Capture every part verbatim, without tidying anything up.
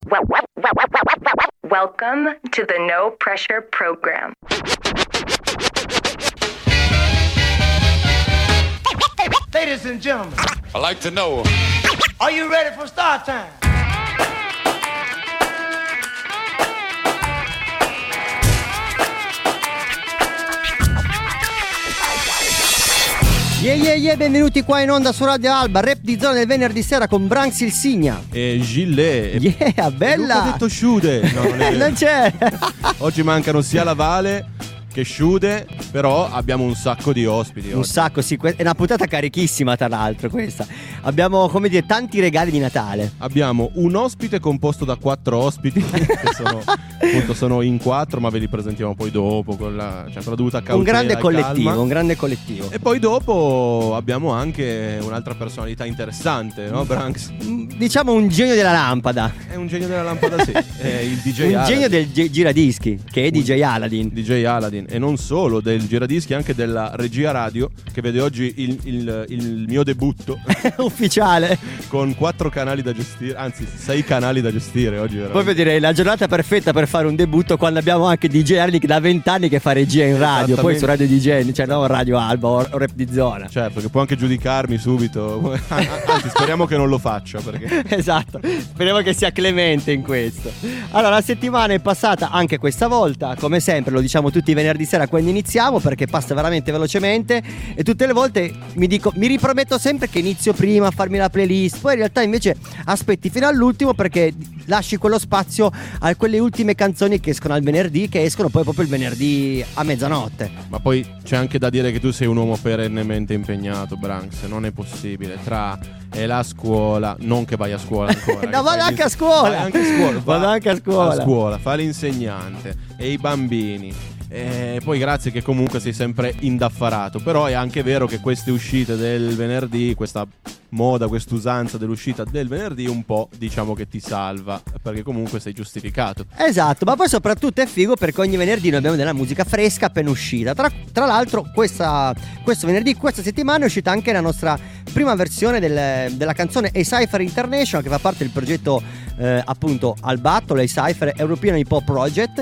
Welcome to the No Pressure Program. Ladies and gentlemen, I'd like to know, are you ready for start time? Yeah yeah yeah, benvenuti qua in onda su Radio Alba, rap di zona del venerdì sera con Branks il Signa e Gillet. Yeah, bella. Ho detto Sciude. No, non è vero. Non c'è. Oggi mancano sia la Vale che Sciude, però abbiamo un sacco di ospiti. Un oggi. sacco, sì, è una puntata carichissima tra l'altro questa. Abbiamo, come dire, tanti regali di Natale. Abbiamo un ospite composto da quattro ospiti che sono, appunto, sono in quattro, ma ve li presentiamo poi dopo con la, cioè, con la dovuta cautela. Un grande e collettivo, calma. un grande collettivo. E poi dopo abbiamo anche un'altra personalità interessante, no, Branks? Diciamo un genio della lampada. È un genio della lampada, sì. È il D J Un Aladdin. genio del gi- giradischi, che è D J Aladdin. D J Aladdin. E non solo del giradischi, anche della regia radio, che vede oggi il, il, il mio debutto Ufficiale. con quattro canali da gestire, anzi sei canali da gestire oggi veramente. Poi direi la giornata perfetta per fare un debutto quando abbiamo anche D J Aladdin che da vent'anni che fa regia in radio, poi su Radio D J, cioè no Radio Alba o rap di zona. Certo, che può anche giudicarmi subito. Anzi, speriamo che non lo faccia, perché Esatto, speriamo che sia clemente in questo. Allora, la settimana è passata anche questa volta, come sempre lo diciamo tutti i venerdì sera quando iniziamo, perché passa veramente velocemente e tutte le volte mi dico, mi riprometto sempre che inizio prima a farmi la playlist, poi in realtà invece aspetti fino all'ultimo perché lasci quello spazio a quelle ultime canzoni che escono al venerdì, che escono poi proprio il venerdì a mezzanotte. ma poi c'è anche da dire che tu sei un uomo perennemente impegnato, Branks. Non è possibile tra e la scuola, non che vai a scuola ancora. No, vado anche a scuola. Vai anche a scuola. Vado anche a scuola. A scuola, fa l'insegnante e i bambini. E poi grazie che comunque sei sempre indaffarato. Però è anche vero che queste uscite del venerdì, questa moda, quest'usanza dell'uscita del venerdì un po' diciamo che ti salva, perché comunque sei giustificato. Esatto, ma poi soprattutto è figo perché ogni venerdì noi abbiamo della musica fresca appena uscita. Tra, tra l'altro questa, questo venerdì, questa settimana è uscita anche la nostra prima versione del, della canzone A-Cypher International, che fa parte del progetto eh, appunto Al Battle, A-Cypher European Hip Hop Project,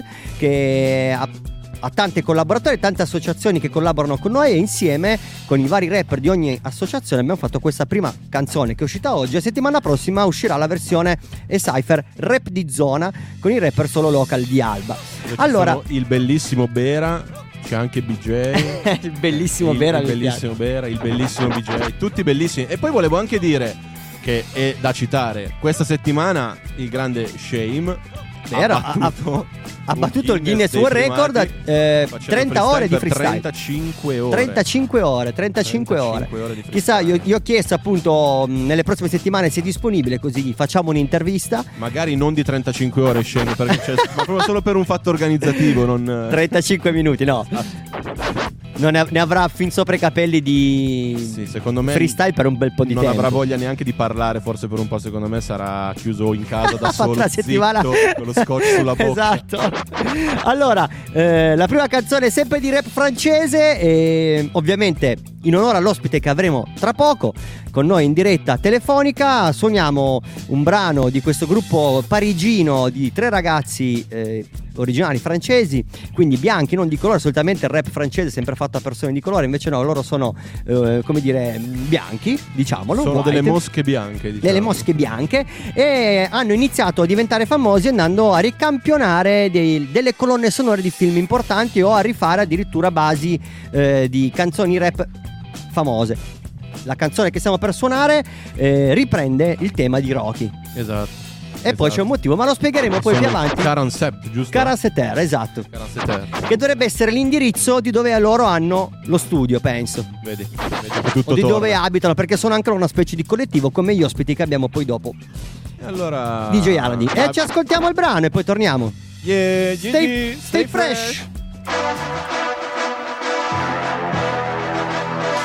che ha ha tante collaboratori, tante associazioni che collaborano con noi, e insieme con i vari rapper di ogni associazione abbiamo fatto questa prima canzone che è uscita oggi. La settimana prossima uscirà la versione E-Cypher Rap di Zona con i rapper solo local di Alba. Allora, il bellissimo Bera, c'è anche B J il bellissimo il, Bera, il bellissimo Bera, il bellissimo B J, tutti bellissimi. E poi volevo anche dire che è da citare questa settimana il grande Shame Vero, ha battuto, ha battuto il Guinness dei World Record, primati, eh, trenta ore di per freestyle. trentacinque ore trentacinque ore, trentacinque ore. ore di Chissà, io, io ho chiesto appunto mh, nelle prossime settimane se è disponibile, così facciamo un'intervista. Magari non di trentacinque ore, Shane, perché c'è, ma proprio solo per un fatto organizzativo, non trentacinque minuti, no. Non ne, ne avrà fin sopra i capelli di sì, secondo me freestyle per un bel po' di non tempo. Non avrà voglia neanche di parlare, forse per un po'. Secondo me sarà chiuso in casa da Fatto solo, la settimana zitto, con lo scotch sulla bocca. Esatto. Allora, eh, la prima canzone è sempre di rap francese, e ovviamente in onore all'ospite che avremo tra poco con noi in diretta telefonica suoniamo un brano di questo gruppo parigino di tre ragazzi eh, originali francesi, quindi bianchi, non di colore. Solitamente il rap francese è sempre fatto a persone di colore, invece no, loro sono eh, come dire bianchi, diciamolo. Sono white. delle mosche bianche, diciamo. Delle mosche bianche, e hanno iniziato a diventare famosi andando a ricampionare dei, delle colonne sonore di film importanti o a rifare addirittura basi eh, di canzoni rap famose. La canzone che stiamo per suonare eh, riprende il tema di Rocky. Esatto. E esatto. Poi c'è un motivo, ma lo spiegheremo poi Sono più avanti. Caransept, giusto? Caranseter, esatto. Caranseter. Che dovrebbe essere l'indirizzo di dove loro hanno lo studio, penso. Vedi, vedi che tutto o di torna. dove abitano, perché sono anche una specie di collettivo come gli ospiti che abbiamo poi dopo. E allora D J Aladdin. E ci ascoltiamo il brano e poi torniamo. Yeah, Stay, stay, stay fresh. Hey,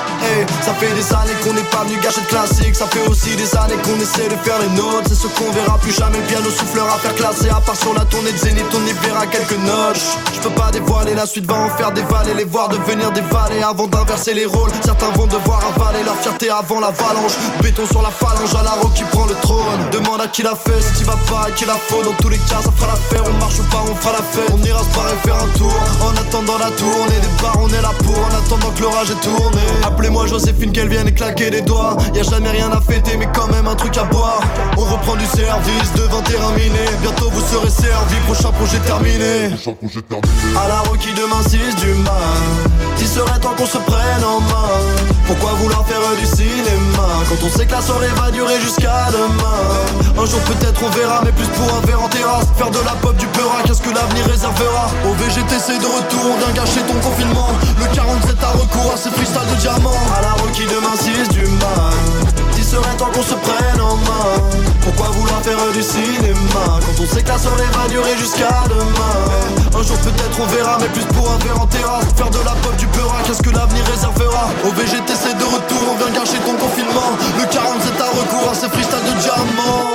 claquer. Ça fait des années qu'on n'est pas venu gâcher de classique. Ça fait aussi des années qu'on essaie de faire les nôtres. C'est ce qu'on verra plus jamais, le piano soufflera faire classer. À part sur la tournée de Zénith, on y verra quelques notes. Je peux pas dévoiler, la suite va en faire dévaler. Les voir devenir des vallées avant d'inverser les rôles. Certains vont devoir avaler leur fierté avant l'avalanche. Béton sur la phalange, à la roue qui prend le trône. Demande à qui l'a fait, si t'y vas pas, à qui la faut. Dans tous les cas, ça fera l'affaire, on marche ou pas, on fera la fête. On ira se barrer faire un tour, en attendant la tournée des bars, on est là pour, en attendant que l'orage est tourné. Appelez-moi Joséphine, qu'elle vienne et claquer des doigts. Y'a jamais rien à fêter, mais quand même un truc à boire. On reprend du service, devant terrain miné. Bientôt vous serez servi, prochain projet terminé. Prochain projet terminé. À la Rocky demain six du mal. Il serait temps qu'on se prenne en main. Pourquoi vouloir faire du cinéma quand on sait que la soirée va durer jusqu'à demain. Un jour peut-être on verra, mais plus pour un verre en terrasse. Faire de la pop, du peur, qu'est-ce que l'avenir réservera. Au V G T C de retour, on vient gâcher ton confinement. Le quarante-sept a recours à ses freestyles de diamant. À la Rocky demain six du mal. Il serait temps qu'on se prenne en main. Pourquoi vouloir faire du cinéma quand on sait que la soirée va durer jusqu'à demain. Un jour peut-être on verra, mais plus pour un verre en terrasse. Faire de la pop, du peur, qu'est-ce que l'avenir réservera. Au V G T C de retour, on vient gâcher ton confinement. Le quarante-sept a recours à ses freestyles de diamant.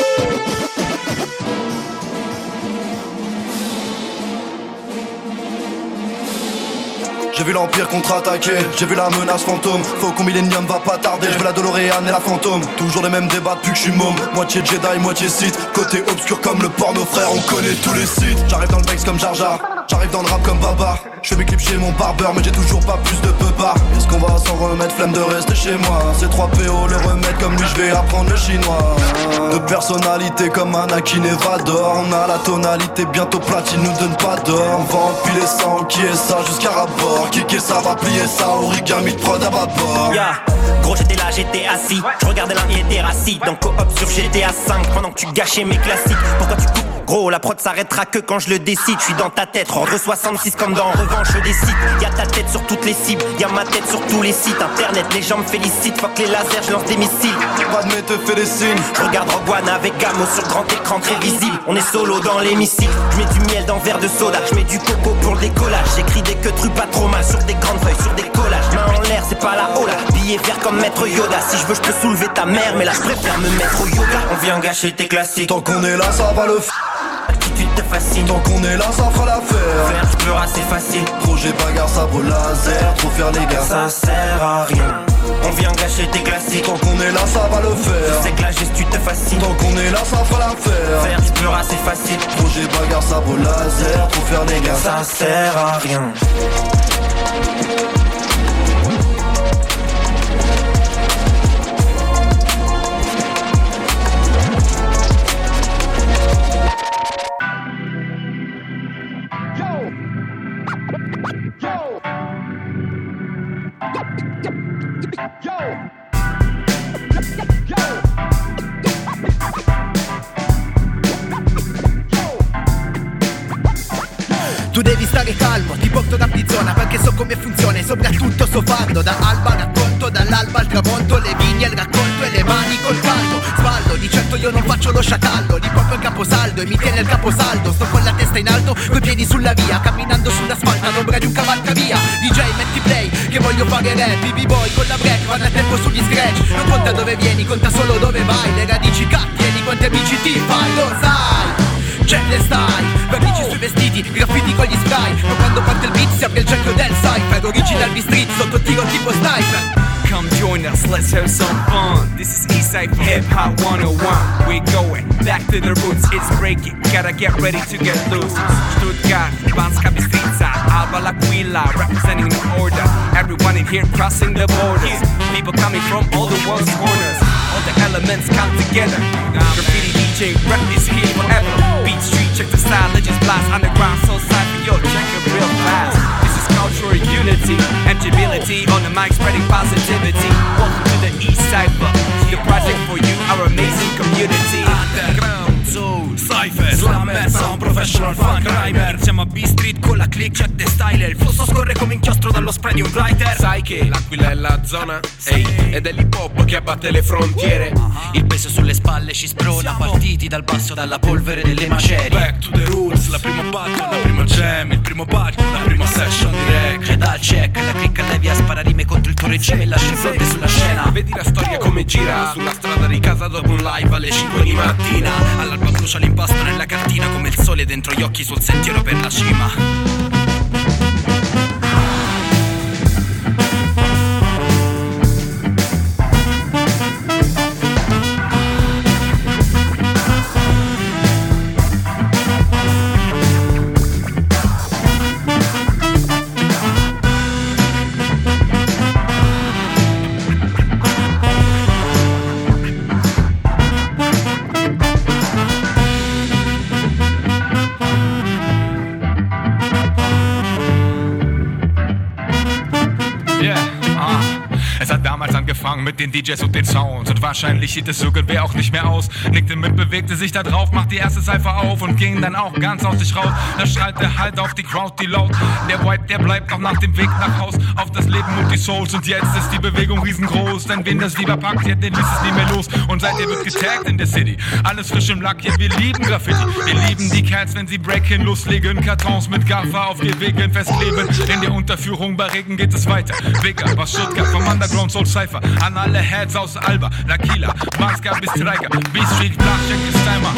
J'ai vu l'Empire contre-attaquer, j'ai vu la menace fantôme. Faut qu'on Millennium va pas tarder, je veux la DeLorean et la fantôme. Toujours les mêmes débats depuis que je suis môme. Moitié Jedi, moitié Sith. Côté obscur comme le porno frère, on connaît tous les sites. J'arrive dans le Vex comme Jar Jar, j'arrive dans le rap comme Baba. Je fais mes clips chez mon barbeur, mais j'ai toujours pas plus de peupard. Est-ce qu'on va s'en remettre, flemme de rester chez moi. C'est trois P O, le remède comme lui, je vais apprendre le chinois. De personnalité comme Anakin et Vador. On a la tonalité, bientôt platine, nous donne pas d'or. On va empiler ça, en qui est ça jusqu'à rapport. Kicker ça, va plier ça, origami de prod à bâbord. Yeah. Gros j'étais là, j'étais assis. Je regardais l'un, il était rassis. Dans coop sur G T A cinq pendant que tu gâchais mes classiques. Pourquoi tu coupes? Gros, la prod s'arrêtera que quand je le décide. Je suis dans ta tête, ordre soixante-six comme dans Revanche des sites. Y'a ta tête sur toutes les cibles, y'a ma tête sur tous les sites. Internet, les gens me félicitent, fuck les lasers, je lance des missiles. Pas de mais te fais des signes. Je regarde Rogue One avec Gamo sur grand écran très visible. On est solo dans l'hémicycle. Je mets du miel dans verre de soda, je mets du coco pour le décollage. J'écris des queues trucs pas trop mal sur des grandes feuilles, sur des collages. Main en l'air, c'est pas la hola. Billet vert comme maître Yoda. Si je veux, je peux soulever ta mère, mais là je préfère me mettre au yoga. On vient gâcher tes classiques. Tant qu'on est là, ça va le f. L'attitude te fascine. Tant qu'on est là, ça fera l'affaire. Faire du peur assez facile. Projet bagarre, sabre laser. Trop faire les gars, ça sert à rien. On vient gâcher tes classiques. Tant qu'on est là, ça va le faire. Je sais que la gestu te fascine. Tant qu'on est là, ça fera l'affaire. Faire du peur assez facile. Projet bagarre, sabre laser. Trop faire les gars, ça sert à rien. Tu devi stare calmo, ti porto da Arizona perché so come funziona e soprattutto so farlo. Da alba al racconto, dall'alba al tramonto, le vigne al racconto e le mani col caldo. Sballo, di certo io non faccio lo sciacallo, di proprio il caposaldo e mi tiene il caposaldo. Sto con la testa in alto, coi piedi sulla via, camminando sull'asfalto all'ombra di un cavalcavia. D J metti play, che voglio fare rap, i b-boy con la break, vanno a tempo sugli scratch. Non conta dove vieni, conta solo dove vai, le radici cattieni, quanti amici ti fai, lo sai. C'è le stai, vernici sui vestiti, graffiti con gli spray. Ma quando parte il beat si apre il cerchio del cypher. Original B-Street, sotto tiro tipo sniper. Come join us, let's have some fun. This is Eastside from Hip Hop one oh one. We're going back to the roots, it's breaking. Gotta get ready to get loose. Stuttgart, Banska Bystrica, Alba L'Aquila, representing the order. Everyone in here crossing the borders. People coming from all the world's corners. All the elements come together. Graffiti D J rap is here forever. Beat Street, check the style, legends blast. Underground, so cypher, yo, check it real fast. This is cultural unity, emptyability on the mic, spreading positivity. Welcome to the East Side Club, the project for you, our amazing community. Underground, soul, cypher, slam, sans professeur. professional funk rhymer. Iniziamo a B-Street con la click, check the style. Il flusso scorre come inchiostro dallo spray di un writer. Sai che l'Aquila è la zona, ehi, ed è l'hip hop che abbatte le frontiere. Il peso sulle spalle ci sprona, partiti dal basso, dalla polvere delle macerie. Back to the roots, la prima battle, la prima jam, il primo patch, la prima session direct. C'è dal check, la clicca devi a sparare rime contro il tuo regime e lascia il fronte sulla scena. Vedi la storia come gira sulla strada di casa dopo un live alle cinque di mattina. All'alba brucia l'impasto nella cartina come il sole dentro gli occhi sul sentiero per la cima. Mit den D Js und den Sounds und wahrscheinlich hielt es irgendwer auch nicht mehr aus. Nickte mit, bewegte sich da drauf, macht die erste Cypher auf und ging dann auch ganz aus sich raus. Da schreit er halt auf die Crowd, die laut. Der White, der bleibt auch nach dem Weg nach Haus auf das Leben und die Souls. Und jetzt ist die Bewegung riesengroß, denn wen das lieber packt, ja, den ließ es nie mehr los. Und seitdem wird getaggt in der City, alles frisch im Lack, ja, wir lieben Graffiti. Wir lieben die Cats, wenn sie Break-In loslegen, Kartons mit Gaffer auf die Wegen festkleben. In der Unterführung bei Regen geht es weiter. Vega, was Stuttgart, vom Underground Soul Cypher. An alle Heads aus Alba, L'Aquila, Maska bis Stryker, B-Street, Blachcheck ist Timer.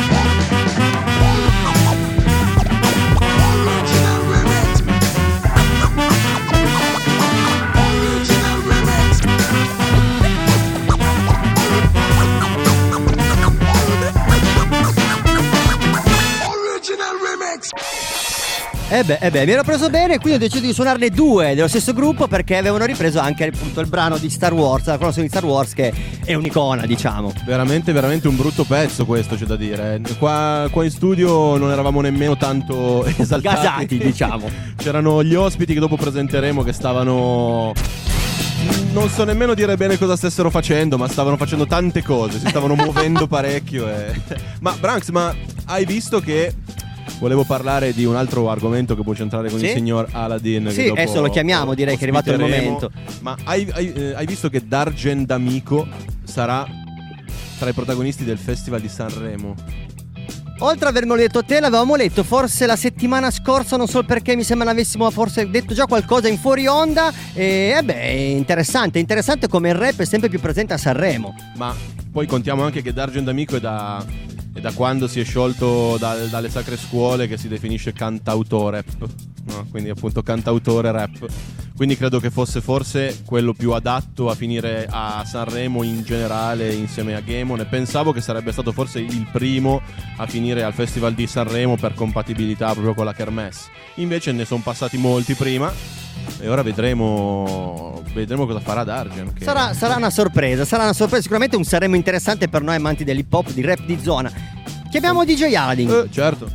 Eh beh, eh beh, mi ero preso bene, quindi ho deciso di suonarne due dello stesso gruppo perché avevano ripreso anche appunto il brano di Star Wars, la colonna di Star Wars, che è un'icona, diciamo. Veramente, veramente un brutto pezzo questo, c'è da dire. Qua, qua in studio non eravamo nemmeno tanto esaltati. Gasati, diciamo. C'erano gli ospiti che dopo presenteremo che stavano... non so nemmeno dire bene cosa stessero facendo, ma stavano facendo tante cose, si stavano muovendo parecchio e... Ma Branks, ma hai visto che... Volevo parlare di un altro argomento che può centrare con sì? il signor Aladdin. Sì, adesso lo chiamiamo, direi che è arrivato il momento. Ma hai, hai, eh, hai visto che Dargen D'Amico sarà tra i protagonisti del Festival di Sanremo? Oltre ad avermelo detto te, l'avevamo letto forse la settimana scorsa, non so perché, mi sembra l'avessimo forse detto già qualcosa in fuori onda. E eh beh, è interessante, interessante come il rap è sempre più presente a Sanremo. Ma poi contiamo anche che Dargen D'Amico è da... E da quando si è sciolto da, dalle sacre scuole che si definisce cantautore rap, no? Quindi appunto cantautore rap. Quindi credo che fosse forse quello più adatto a finire a Sanremo in generale insieme a Ghemon. E pensavo che sarebbe stato forse il primo a finire al Festival di Sanremo per compatibilità proprio con la Kermesse. Invece ne sono passati molti prima. E ora vedremo vedremo cosa farà Dargen, che... sarà, sarà una sorpresa, sarà una sorpresa, sicuramente un Sanremo interessante per noi amanti dell'hip hop, di rap di zona. Chiamiamo D J Aladdin. Eh, certo.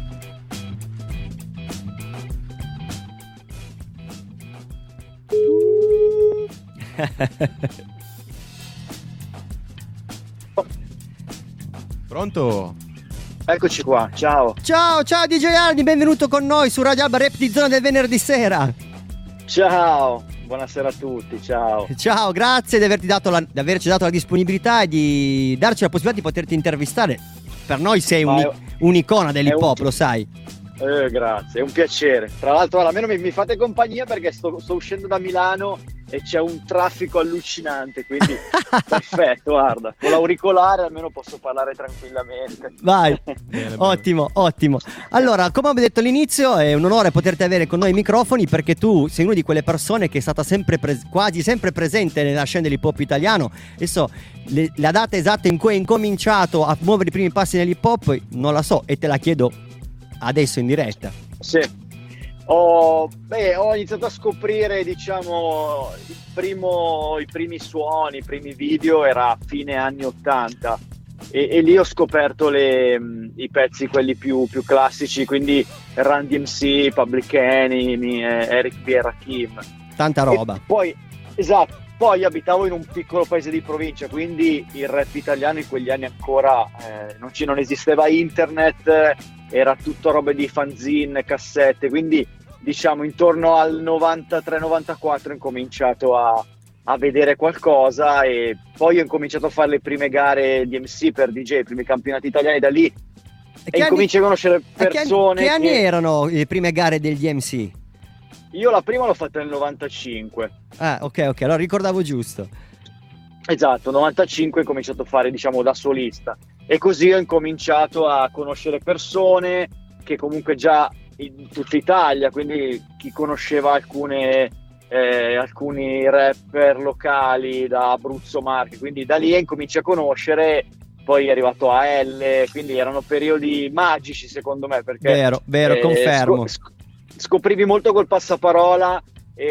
Pronto? Eccoci qua, ciao. Ciao, ciao D J Aladdin, benvenuto con noi su Radio Alba Rap di Zona del venerdì sera. Ciao, buonasera a tutti, ciao. Ciao, grazie di averti dato la, di averci dato la disponibilità e di darci la possibilità di poterti intervistare. Per noi sei un, è, un'icona dell'hip hop, un, lo sai. Eh, grazie, è un piacere. Tra l'altro almeno mi, mi fate compagnia perché sto, sto uscendo da Milano e c'è un traffico allucinante, quindi perfetto, guarda, con l'auricolare almeno posso parlare tranquillamente. Vai, bene, ottimo, bene. Ottimo. Allora, come abbiamo detto all'inizio, è un onore poterti avere con noi ai microfoni, perché tu sei una di quelle persone che è stata sempre pres- quasi sempre presente nella scena dell'hip hop italiano. Adesso le, la data esatta in cui hai incominciato a muovere i primi passi nell'hip hop non la so e te la chiedo adesso in diretta. Sì. Ho, beh, ho iniziato a scoprire, diciamo, il primo, i primi suoni, i primi video era a fine anni ottanta e, e lì ho scoperto le, i pezzi quelli più, più classici, quindi Run D M C, Public Enemy, Eric B e Rakim. Tanta roba. E poi, esatto, poi abitavo in un piccolo paese di provincia, quindi il rap italiano in quegli anni ancora eh, non, ci, non esisteva internet. era tutta roba di fanzine, cassette, quindi diciamo intorno al novantatré novantaquattro ho incominciato a, a vedere qualcosa, e poi ho incominciato a fare le prime gare di M C per D J, i primi campionati italiani da lì, e, e incominci a conoscere persone. Che anni, che anni che... erano le prime gare degli M C? Io la prima l'ho fatta nel novantacinque. Ah, ok, ok, allora ricordavo giusto. Esatto, novantacinque ho cominciato a fare, diciamo, da solista, e così ho incominciato a conoscere persone che comunque già in tutta Italia, quindi chi conosceva alcune eh, alcuni rapper locali da Abruzzo, Marche, quindi da lì incominci a conoscere. Poi è arrivato A L, quindi erano periodi magici secondo me, perché vero, vero, eh, confermo. Sc- scoprivi molto col passaparola,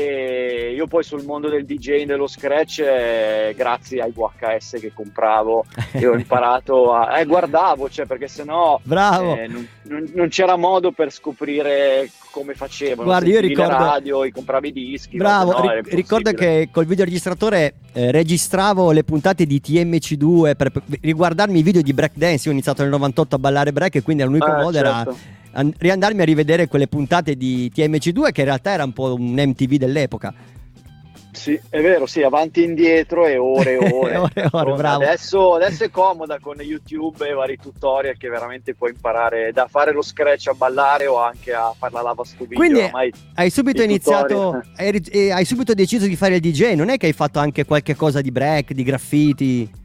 e io poi sul mondo del DJing, dello scratch, eh, grazie ai V H S che compravo e ho imparato a eh, guardavo, cioè, perché sennò bravo eh, non, non, non c'era modo per scoprire come facevano. Guardi, io ricordo le radio, i compravi i dischi. bravo, no, ri- ricordo che col videoregistratore eh, registravo le puntate di T M C due per, per riguardarmi i video di breakdance. Io ho iniziato nel novantotto a ballare break, e quindi l'unico ah, modo certo. era riandarmi a rivedere quelle puntate di T M C due, che in realtà era un po' un M T V dell'epoca. Sì, è vero, sì, avanti e indietro e ore e ore. ore, e ore bravo. Adesso, adesso è comoda con YouTube e vari tutorial che veramente puoi imparare da fare lo scratch a ballare o anche a fare la lavastoviglie. Quindi ormai hai subito iniziato, hai, eh, hai subito deciso di fare il D J, non è che hai fatto anche qualche cosa di break, di graffiti?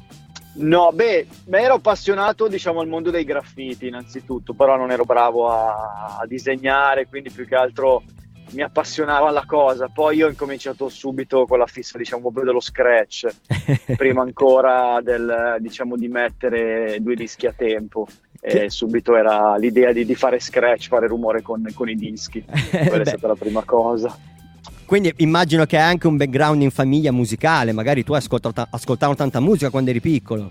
No, beh, ero appassionato, diciamo, al mondo dei graffiti innanzitutto, però non ero bravo a, a disegnare, quindi più che altro mi appassionava la cosa. Poi io ho incominciato subito con la fissa, diciamo, proprio dello scratch, prima ancora del, diciamo, di mettere due dischi a tempo. E subito era l'idea di, di fare scratch, fare rumore con, con i dischi. Quella è stata la prima cosa. Quindi immagino che hai anche un background in famiglia musicale, magari tu hai ascoltato, ascoltavo tanta musica quando eri piccolo.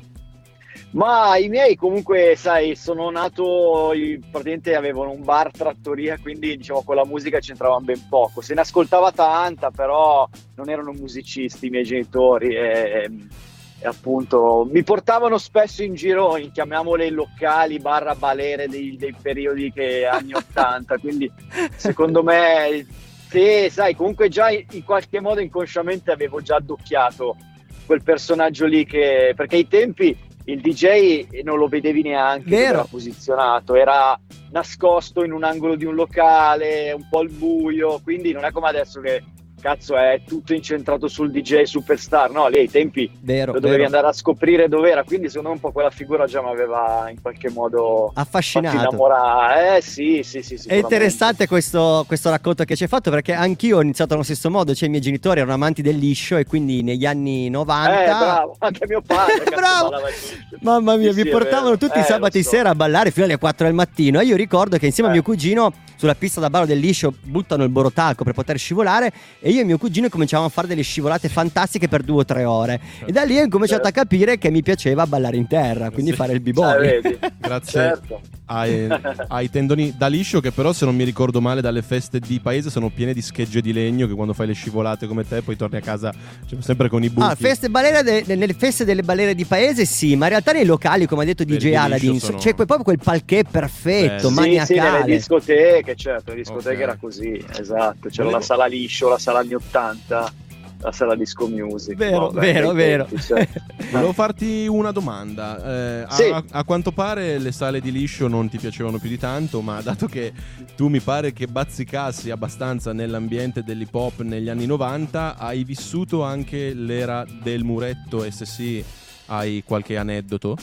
Ma i miei comunque, sai, sono nato, praticamente avevano un bar trattoria, quindi diciamo con la musica c'entravano ben poco. Se ne ascoltava tanta, però non erano musicisti i miei genitori, e, e appunto mi portavano spesso in giro, in, chiamiamole locali, barra balere dei, dei periodi che anni ottanta, quindi secondo me... Sì, sai, comunque già in qualche modo inconsciamente avevo già addocchiato quel personaggio lì, che perché ai tempi il D J non lo vedevi neanche dove era posizionato, era nascosto in un angolo di un locale, un po' al buio, quindi non è come adesso che cazzo è tutto incentrato sul D J superstar, no, lì ai tempi vero, lo dovevi vero. andare a scoprire dove era, quindi secondo me un po' quella figura già mi aveva in qualche modo affascinato, fatto innamorare. Eh sì, sì, sì, è interessante questo, questo racconto che ci hai fatto, perché anch'io ho iniziato allo stesso modo, cioè i miei genitori erano amanti del liscio, e quindi negli anni novanta eh bravo, anche mio padre bravo, mamma mia, sì, mi sì, portavano tutti eh, i sabati so. sera a ballare fino alle quattro del mattino, e io ricordo che insieme eh. a mio cugino sulla pista da ballo del liscio buttano il borotalco per poter scivolare, e io e mio cugino cominciavamo a fare delle scivolate fantastiche per due o tre ore, e da lì ho incominciato certo. a capire che mi piaceva ballare in terra, quindi sì. fare il b-boy. Eh, grazie certo. ai, ai tendoni da liscio, che però, se non mi ricordo male, dalle feste di paese sono piene di schegge di legno, che quando fai le scivolate come te poi torni a casa, cioè, sempre con i buchi. Ah, feste balere de- nelle feste delle balere di paese sì, ma in realtà nei locali, come ha detto D J Aladdin, sono... c'è quel, proprio quel palché perfetto, Beh, maniacale. Sì, sì, nelle discoteche, certo, le discoteche Okay. era così, esatto, c'era Volevo... la sala liscio, la sala anni ottanta, la sala disco music. Vero, Vabbè, vero, vero. tempi, certo. Volevo farti una domanda. Eh, Sì. a, a quanto pare le sale di liscio non ti piacevano più di tanto, ma dato che tu mi pare che bazzicassi abbastanza nell'ambiente dell'hip hop negli anni novanta, hai vissuto anche l'era del muretto S C? Hai qualche aneddoto?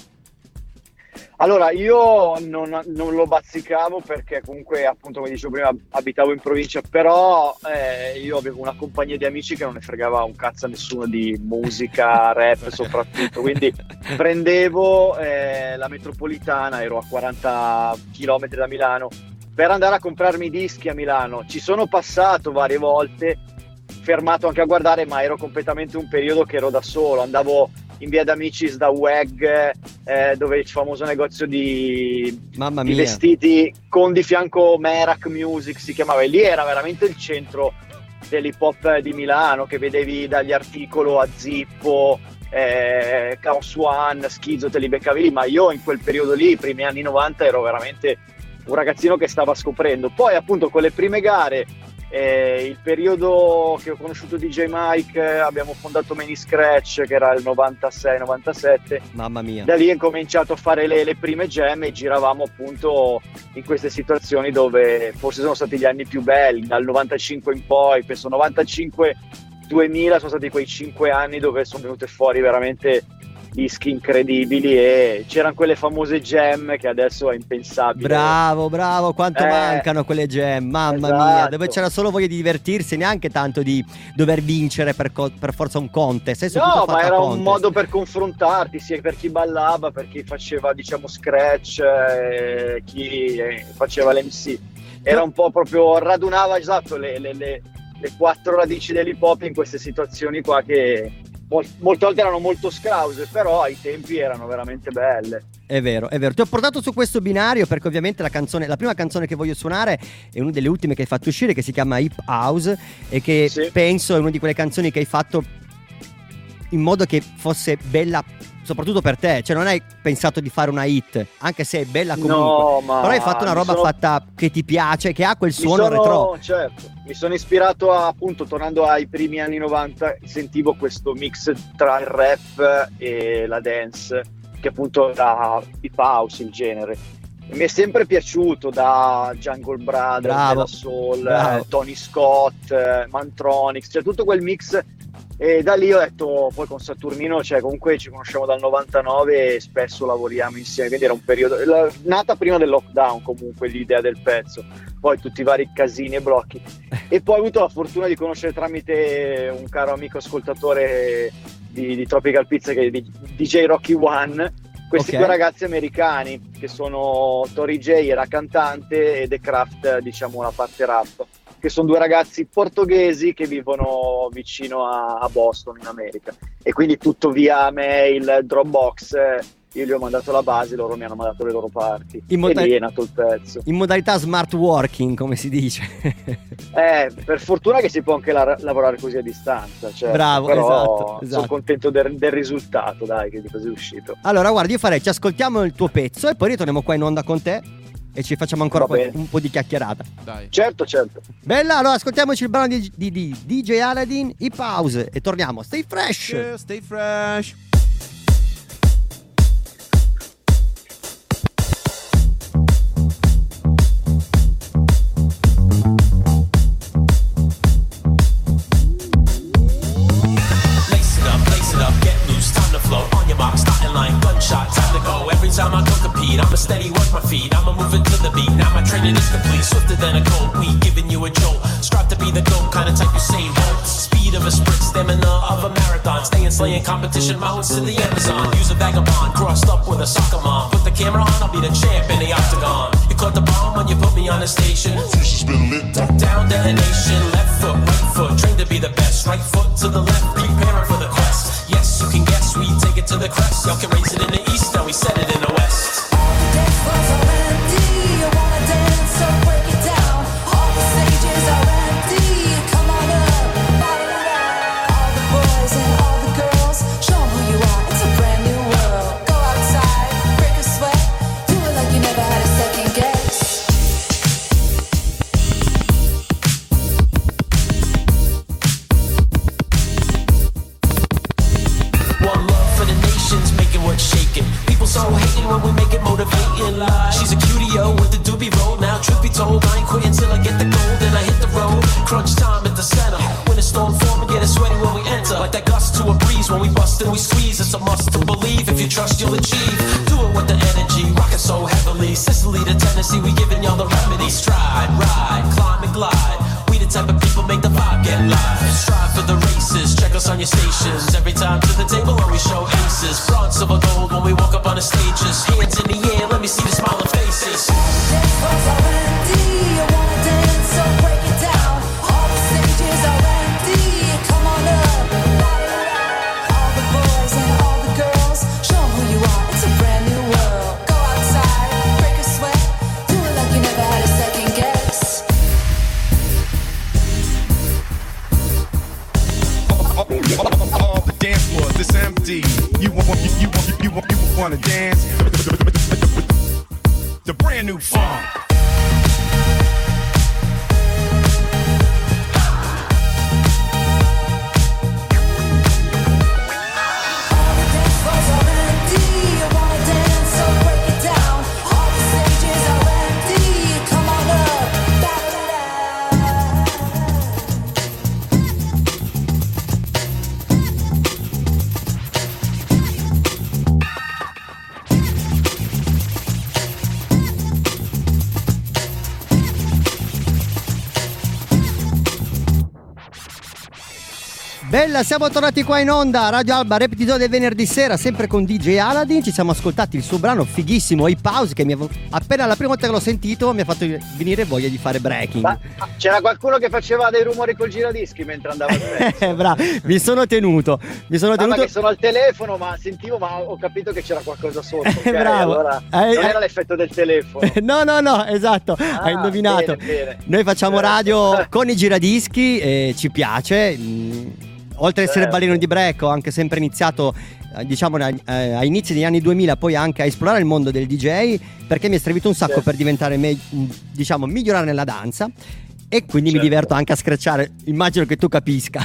Allora, io non, non lo bazzicavo perché comunque, appunto, come dicevo prima, abitavo in provincia, però eh, io avevo una compagnia di amici che non ne fregava un cazzo a nessuno di musica, rap soprattutto, quindi prendevo eh, la metropolitana, ero a quaranta chilometri da Milano, per andare a comprarmi i dischi a Milano. Ci sono passato varie volte, fermato anche a guardare, ma ero completamente un periodo che ero da solo, andavo in via d'Amicis da W E G, eh, dove il famoso negozio di, Mamma di mia. vestiti, con di fianco Merak Music si chiamava, e lì era veramente il centro dell'hip hop di Milano, che vedevi dagli articoli a Zippo, eh, Chaos One, Schizzo, te li beccavi lì. Ma io in quel periodo lì, i primi anni novanta, ero veramente un ragazzino che stava scoprendo. Poi appunto con le prime gare, eh, il periodo che ho conosciuto D J Mike, eh, abbiamo fondato Many Scratch, che era il novantasei novantasette. Mamma mia. Da lì ho cominciato a fare le, le prime jam e giravamo appunto in queste situazioni dove forse sono stati gli anni più belli, dal novantacinque in poi. Penso novantacinque duemila sono stati quei cinque anni dove sono venute fuori veramente dischi incredibili e c'erano quelle famose jam che adesso è impensabile. Bravo, bravo, quanto Eh, mancano quelle jam, mamma esatto. mia, dove c'era solo voglia di divertirsi, neanche tanto di dover vincere per, co- per forza un contest. Adesso è tutto No, fatto ma a era un contest. modo per confrontarti, sia per chi ballava, per chi faceva diciamo scratch, eh, chi eh, faceva l'M C. Era un po' proprio, radunava esatto le, le, le, le quattro radici dell'hip hop in queste situazioni qua che mol- molte volte erano molto sclause, però ai tempi erano veramente belle. È vero, è vero. Ti ho portato su questo binario perché ovviamente la canzone, la prima canzone che voglio suonare è una delle ultime che hai fatto uscire, che si chiama Hip House e che Sì. penso è una di quelle canzoni che hai fatto in modo che fosse bella soprattutto per te, cioè non hai pensato di fare una hit, anche se è bella comunque, No, ma però hai fatto una mi roba sono- fatta che ti piace, che ha quel Mi suono sono- retro. Certo, mi sono ispirato a, appunto, tornando ai primi anni novanta, sentivo questo mix tra il rap e la dance, che appunto era hip house il genere. E mi è sempre piaciuto, da Jungle Brothers, Bravo, della Soul, bravo. eh, Tony Scott, eh, Mantronix, cioè tutto quel mix. E da lì ho detto, poi con Saturnino, cioè comunque ci conosciamo dal novantanove e spesso lavoriamo insieme, quindi era un periodo, la- nata prima del lockdown comunque l'idea del pezzo, poi tutti i vari casini e blocchi. E poi ho avuto la fortuna di conoscere tramite un caro amico ascoltatore di, di Tropical Pizza, che è di- D J Rocky One, questi Ok. due ragazzi americani che sono Tori J, era cantante, e The Craft, diciamo la parte rap, che sono due ragazzi portoghesi che vivono vicino a, a Boston in America, e quindi tutto via mail, Dropbox, eh, io gli ho mandato la base, loro mi hanno mandato le loro parti In e moda- lì è nato il pezzo. In modalità smart working, come si dice. Eh, per fortuna che si può anche la- lavorare così a distanza, certo, Bravo, però esatto, esatto. sono contento del, del risultato, dai, che di così è uscito. Allora, guarda, io farei, ci ascoltiamo il tuo pezzo e poi ritorniamo qua in onda con te e ci facciamo ancora Va bene. un po' di chiacchierata. Dai. Certo, certo. Bella, allora ascoltiamoci il brano di, di, di D J Aladdin, Hip House, e torniamo. Stay fresh. Yeah, stay fresh. Lace it up, lace it up, get loose, time to flow. On your mark, starting line, gunshot, time to go. Every time I go compete, I'ma steady work my feet. I'ma move it to the beat. Now my training is complete, swifter than a cold weed, giving you a jolt. Strive to be the goat, kind of type you Usain Bolt. Speed of a sprint, stamina of a marathon. Staying slaying competition, mountains to the Amazon. Use a vagabond, crossed up with a soccer mom. Put the camera on, I'll be the champ in the octagon. You caught the bomb when you put me on the station. Fuse has been lit. Duck down, detonation. Left foot, right foot, trained to be the best. Right foot to the left, preparing for the quest. Yes, you can guess, we take it to the crest. Y'all can raise it in the east, now we set it in the west. One love for the nations, making what's shaking. People so hating when we make it motivating. She's a cutie, yo, with the doobie roll. Now, truth be told, I ain't quitting till I get the gold. Then I hit the road, crunch time at the center. When the storm form, we get it sweaty when we enter. Like that gust to a breeze when we bust and we squeeze. It's a must to believe. If you trust, you'll achieve. Do it with the energy, rocking so heavily. Sicily to Tennessee, we giving y'all the remedy. Stride, ride, climb and glide. We the type of people make the vibe get live. Strive for the races, check us on your stations. Every time to the table, always show aces. Bronze, silver, gold when we walk up on the stages. Hands in the air, let me see the smiling faces. All the dance floors, it's empty. You want, you, you, you, you, you want to dance? The brand new funk. Bella, siamo tornati qua in onda, Radio Alba, Repetito del venerdì sera, sempre con D J Aladdin. Ci siamo ascoltati il suo brano fighissimo, I Pause, che mi avevo, appena la prima volta che l'ho sentito mi ha fatto venire voglia di fare breaking. Ma c'era qualcuno che faceva dei rumori col giradischi mentre andava a Bravo, mi sono tenuto, mi sono tenuto. Ah, ma che sono al telefono, ma sentivo, ma ho capito che c'era qualcosa sotto. Okay? Bravo. Allora, eh, non eh. era l'effetto del telefono. No, no, no, esatto, Ah, hai indovinato. bene, bene. Noi facciamo radio con i giradischi e ci piace. Mm, oltre ad essere Certo. ballerino di break, ho anche sempre iniziato, eh, diciamo, a, eh, a inizi degli anni duemila, poi anche a esplorare il mondo del D J, perché mi è servito un sacco Certo. per diventare, me- diciamo, migliorare nella danza. E quindi Certo. mi diverto anche a screcciare. Immagino che tu capisca.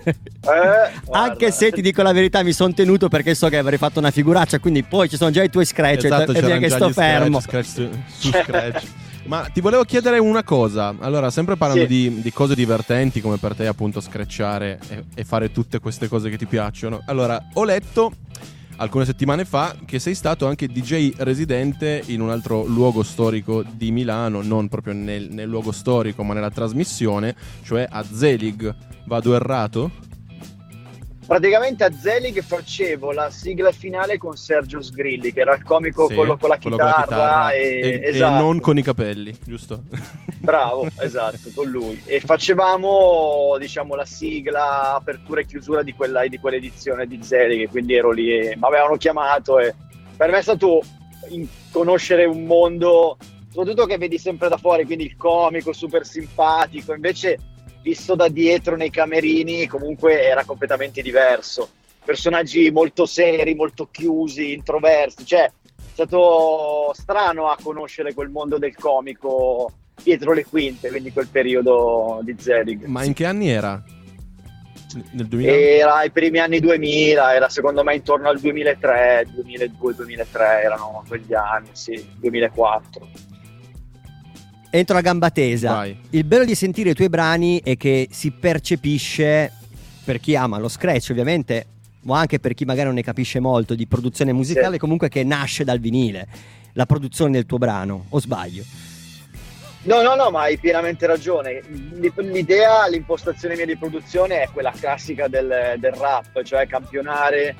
Eh, Anche se ti dico la verità, mi sono tenuto perché so che avrei fatto una figuraccia. Quindi poi ci sono già i tuoi scratch. Esatto, e via c'erano che già sto gli scratch, fermo. scratch su, su scratch. Ma ti volevo chiedere una cosa. Allora, sempre parlando Sì. di, di cose divertenti, come per te appunto scratchare e, e fare tutte queste cose che ti piacciono. Allora, ho letto alcune settimane fa che sei stato anche D J residente in un altro luogo storico di Milano, non proprio nel, nel luogo storico ma nella trasmissione, cioè a Zelig. Vado errato? Praticamente a Zelig facevo la sigla finale con Sergio Sgrilli, che era il comico Sì, quello con la quello chitarra, con la chitarra e, e, e esatto. non con i capelli, giusto? Bravo, esatto, con lui. E facevamo, diciamo, la sigla, apertura e chiusura di quella di quell'edizione di Zelig, quindi ero lì e mi avevano chiamato e per me è stato in- conoscere un mondo, soprattutto che vedi sempre da fuori, quindi il comico super simpatico, invece visto da dietro nei camerini comunque era completamente diverso. Personaggi molto seri, molto chiusi, introversi, cioè è stato strano a conoscere quel mondo del comico dietro le quinte, quindi quel periodo di Zelig. Ma in che anni era? Nel duemila? Era i primi anni duemila, era secondo me intorno al duemilatré, duemiladue, duemilatré erano quegli anni, sì, duemilaquattro. Entro a gamba tesa. Vai. Il bello di sentire i tuoi brani è che si percepisce, per chi ama lo scratch ovviamente, ma anche per chi magari non ne capisce molto di produzione musicale, Sì. comunque che nasce dal vinile, la produzione del tuo brano, o sbaglio? No, no, no, ma hai pienamente ragione. L'idea, l'impostazione mia di produzione è quella classica del, del rap, cioè campionare,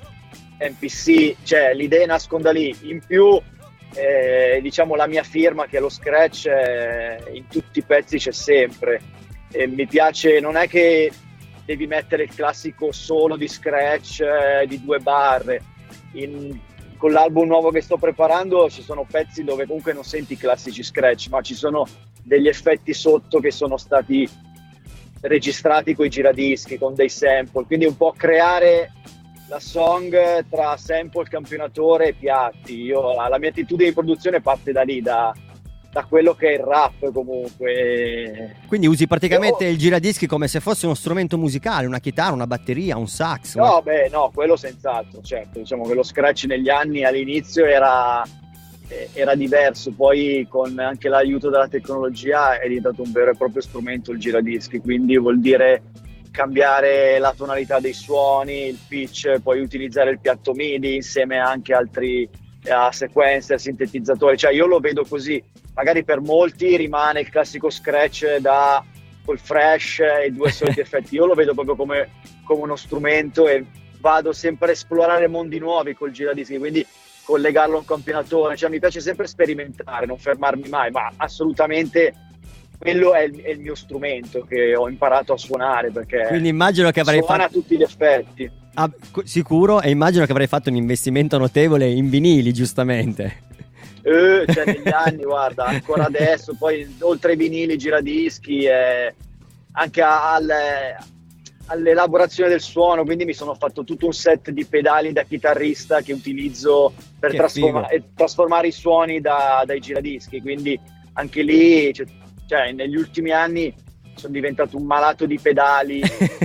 M P C, cioè le idee nascono da lì. In più, eh, diciamo, la mia firma, che è lo scratch, eh, in tutti i pezzi c'è sempre. E mi piace, non è che devi mettere il classico solo di scratch eh, di due barre. In, con l'album nuovo che sto preparando ci sono pezzi dove comunque non senti i classici scratch, ma ci sono degli effetti sotto che sono stati registrati con i giradischi, con dei sample, quindi un po' creare la song tra sample, campionatore e piatti. Io, la, la mia attitudine di produzione parte da lì, da, da quello che è il rap comunque. Quindi usi praticamente Io- il giradischi come se fosse uno strumento musicale, una chitarra, una batteria, un sax. No, beh, no, quello senz'altro, certo. Diciamo che lo scratch negli anni all'inizio era, eh, era diverso, poi con anche l'aiuto della tecnologia è diventato un vero e proprio strumento il giradischi, quindi vuol dire cambiare la tonalità dei suoni, il pitch, poi utilizzare il piatto MIDI insieme anche a altri a sequencer, sintetizzatori, cioè io lo vedo così. Magari per molti rimane il classico scratch da col fresh e due soliti effetti, io lo vedo proprio come, come uno strumento e vado sempre a esplorare mondi nuovi col giradischi, quindi collegarlo a un campionatore, cioè mi piace sempre sperimentare, non fermarmi mai, ma assolutamente quello è il, è il mio strumento che ho imparato a suonare, perché Quindi immagino che avrai suona a fatto tutti gli effetti. ah, co- sicuro, e immagino che avrai fatto un investimento notevole in vinili, giustamente. Eh, cioè negli anni, guarda, ancora adesso, poi oltre ai vinili, giradischi, eh, anche al, all'elaborazione del suono, quindi mi sono fatto tutto un set di pedali da chitarrista che utilizzo per Che trasforma- figo. eh, trasformare i suoni da- dai giradischi, quindi anche lì, cioè, cioè, negli ultimi anni sono diventato un malato di pedali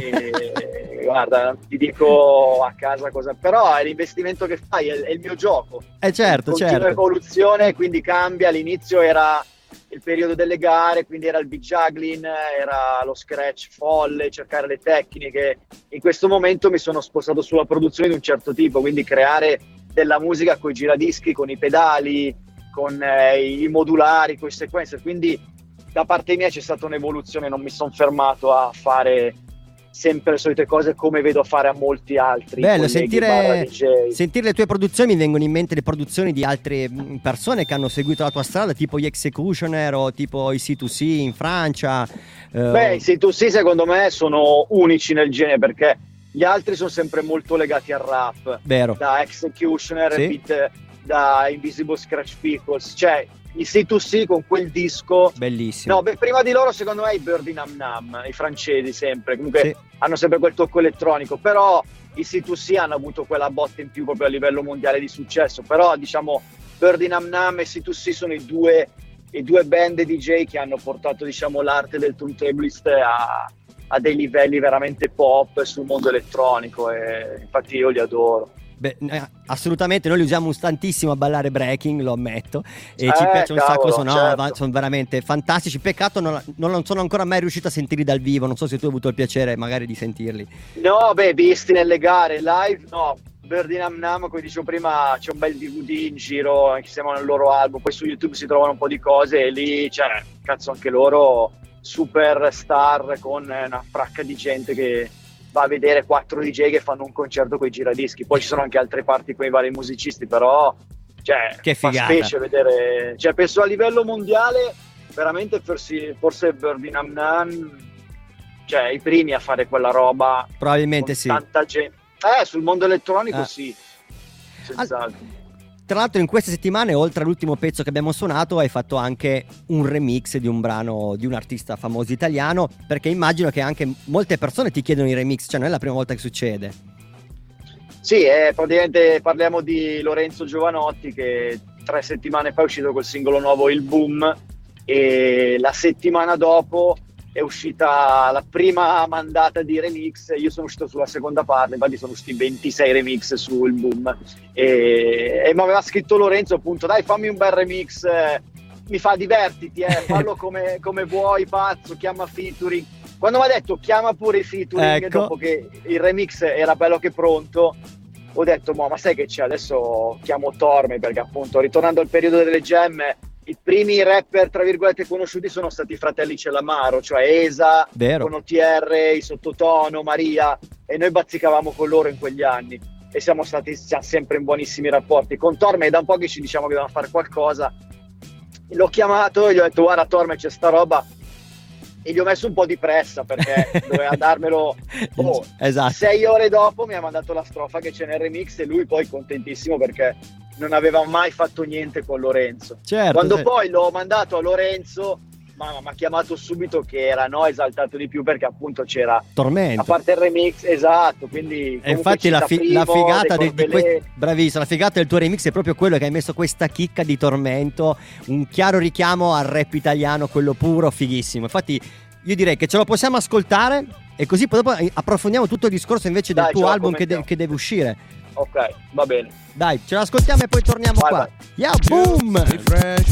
e, guarda, ti dico a casa cosa, però è l'investimento che fai, è, è il mio gioco. Eh certo, Continua certo. evoluzione, quindi cambia. All'inizio era il periodo delle gare, quindi era il beat juggling, era lo scratch folle, cercare le tecniche. In questo momento mi sono spostato sulla produzione di un certo tipo, quindi creare della musica con i giradischi, con i pedali, con eh, i modulari, con i sequencer, quindi da parte mia c'è stata un'evoluzione, non mi sono fermato a fare sempre le solite cose come vedo fare a molti altri bello colleghi sentire, barra D J. sentire le tue produzioni. Mi vengono in mente le produzioni di altre mh, persone che hanno seguito la tua strada, tipo gli Executioner o tipo i C due C in Francia. eh. Beh, i C due C secondo me sono unici nel genere, perché gli altri sono sempre molto legati al rap. Vero. Da Executioner, Sì. beat, da Invisible Scratch Pickles, cioè i C due C con quel disco Bellissimo. no, beh, prima di loro secondo me i Birdie Nam Nam, i francesi sempre, comunque Sì. hanno sempre quel tocco elettronico, però i C due C hanno avuto quella botta in più proprio a livello mondiale di successo, però diciamo Birdie Nam Nam e C due C sono i due, i due band D J che hanno portato diciamo l'arte del turntablist a, a dei livelli veramente pop sul mondo elettronico, e infatti io li adoro. Beh, eh, assolutamente, noi li usiamo tantissimo a ballare breaking, lo ammetto, e Eh, ci piace un sacco, cavolo, sono, certo. va- sono veramente fantastici. Peccato non, non sono ancora mai riuscito a sentirli dal vivo, non so se tu hai avuto il piacere magari di sentirli. No, beh, visti nelle gare live, no. Birdie Nam Nam, come dicevo prima, c'è un bel D V D in giro che siamo nel loro album, poi su YouTube si trovano un po' di cose e lì, cioè, cazzo, anche loro superstar con una fracca di gente che va a vedere quattro D J che fanno un concerto con i giradischi. Poi ci sono anche altre parti con i vari musicisti, però cioè, Che fa figata. specie vedere, cioè, penso a livello mondiale veramente forse, forse Birdie Nam Nam, cioè i primi a fare quella roba, Probabilmente con sì. tanta gente. Eh, sul mondo elettronico Eh. sì, senz'altro. Tra l'altro in queste settimane, oltre all'ultimo pezzo che abbiamo suonato, hai fatto anche un remix di un brano di un artista famoso italiano, perché immagino che anche molte persone ti chiedono i remix, cioè non è la prima volta che succede. Sì, eh, praticamente parliamo di Lorenzo Giovanotti che tre settimane fa è uscito col singolo nuovo Il Boom, e la settimana dopo è uscita la prima mandata di remix. Io sono uscito sulla seconda parte, infatti sono usciti ventisei remix sul Boom, e, e mi aveva scritto Lorenzo appunto: dai, fammi un bel remix, eh, mi fa divertiti, eh, fallo come, come vuoi, pazzo, chiama featuring. Quando mi ha detto chiama pure i featuring, Ecco. dopo che il remix era bello che pronto, ho detto ma sai che c'è, adesso chiamo Torme, perché appunto ritornando al periodo delle gemme i primi rapper tra virgolette conosciuti sono stati i fratelli Cellamaro, cioè Esa, Vero. con O T R, i Sottotono, Maria, e noi bazzicavamo con loro in quegli anni e siamo stati siamo sempre in buonissimi rapporti. Con Torme è da un po' che ci diciamo che dobbiamo fare qualcosa, l'ho chiamato e gli ho detto guarda Torme, c'è sta roba, e gli ho messo un po' di pressa perché doveva darmelo. Oh, Esatto. sei ore dopo mi ha mandato la strofa che c'è nel remix, e lui poi contentissimo perché non aveva mai fatto niente con Lorenzo. Certo, Quando certo. poi l'ho mandato a Lorenzo, ma mi ha chiamato subito che era no esaltato di più, perché appunto c'era, Tormento. a parte il remix, esatto, quindi E infatti la, fi- la Primo, figata dei di, di Corbelé. que- bravissimo, la figata del tuo remix è proprio quello che hai messo questa chicca di Tormento, un chiaro richiamo al rap italiano, quello puro, fighissimo. Infatti io direi che ce lo possiamo ascoltare e così poi dopo approfondiamo tutto il discorso invece del Dai, tuo ce lo album che, de- commentiamo. che deve uscire. Ok, va bene. Dai, ce l'ascoltiamo e poi torniamo Vai, qua. vai. Yeah, boom! Stay fresh.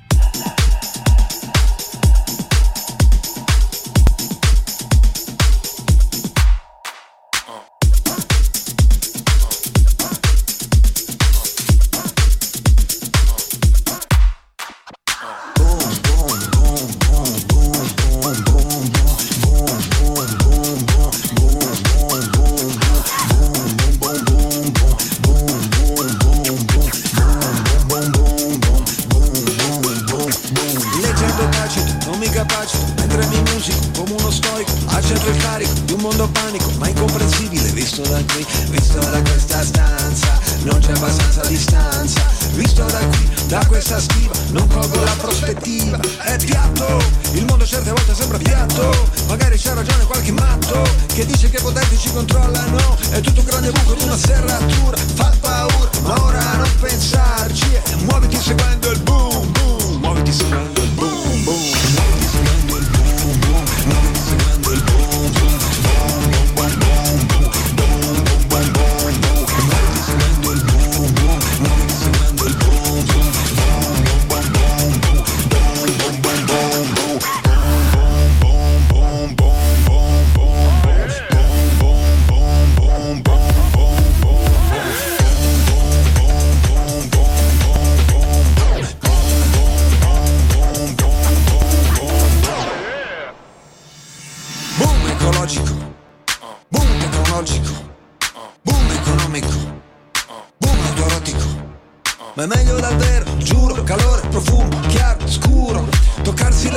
Leggendo tacito, non mi capacito, mentre mi musico come uno stoico, accendo il carico di un mondo panico, ma incomprensibile visto da qui, visto da questa stanza, non c'è abbastanza distanza, visto da qui, da questa schiva, non colgo la prospettiva, è piatto, il mondo certe volte sembra piatto, magari c'ha ragione qualche matto, che dice che i potenti ci controllano, è tutto un grande buco di una serratura, fa paura, ma ora non pensarci, e muoviti seguendo il boom boom, muoviti seguendo il boom boom, muoviti seguendo il boom boom, muoviti seguendo il boom boom, boom boom boom boom boom boom boom boom, muoviti seguendo il boom boom, muoviti seguendo il boom boom, boom boom boom boom boom boom boom boom.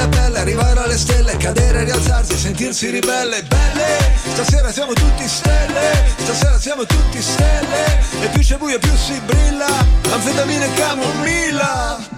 pelle a pelle, arrivare alle stelle, cadere, rialzarsi e sentirsi ribelle. Belle, stasera siamo tutti stelle, stasera siamo tutti stelle, e più c'è buio più si brilla, anfetamina e camomilla.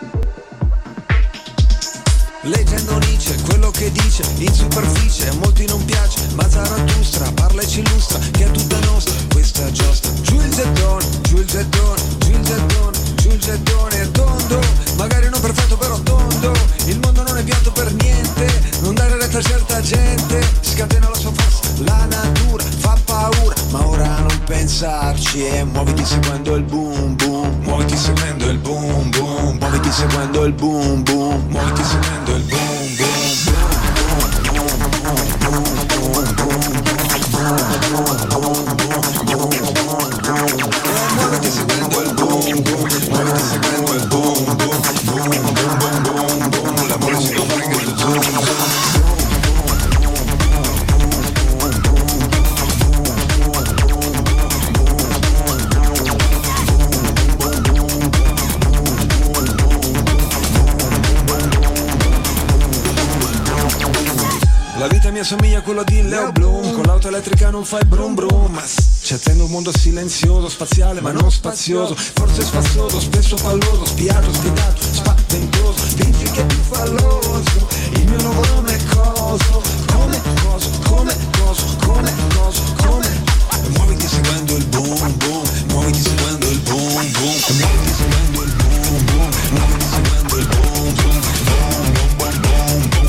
Leggendo Nietzsche, quello che dice in superficie a molti non piace, ma Zarathustra parla e ci illustra che è tutta nostra questa giostra. Giù il gettone, giù il gettone, giù il gettone, giù il gettone è tondo, magari non perfetto però tondo, il mondo non è piatto per niente, non dare retta a certa gente, scatena la sua forza, la natura fa paura, ma ora non pensarci e muoviti seguendo il boom boom, muoviti seguendo il boom boom, muoviti seguendo il boom boom, muoviti seguendo il boom boom. Muoviti seguendo il boom boom, muoviti seguendo il boom boom, boom boom boom boom boom, la musica frega il zoom zoom. La vita mia somiglia a quello di Leo Bloom, con l'auto elettrica non fai brum brum, ma ci attende un mondo silenzioso, spaziale ma non spazioso, forse spazioso, spesso falloso, spiato, spiegato, spaventoso, vinci che è più falloso, il mio nuovo nome è coso, come coso, come coso, come coso, come, muoviti seguendo il boom boom, muoviti seguendo il boom boom, muoviti seguendo il boom boom, muoviti seguendo il boom boom, boom boom boom boom.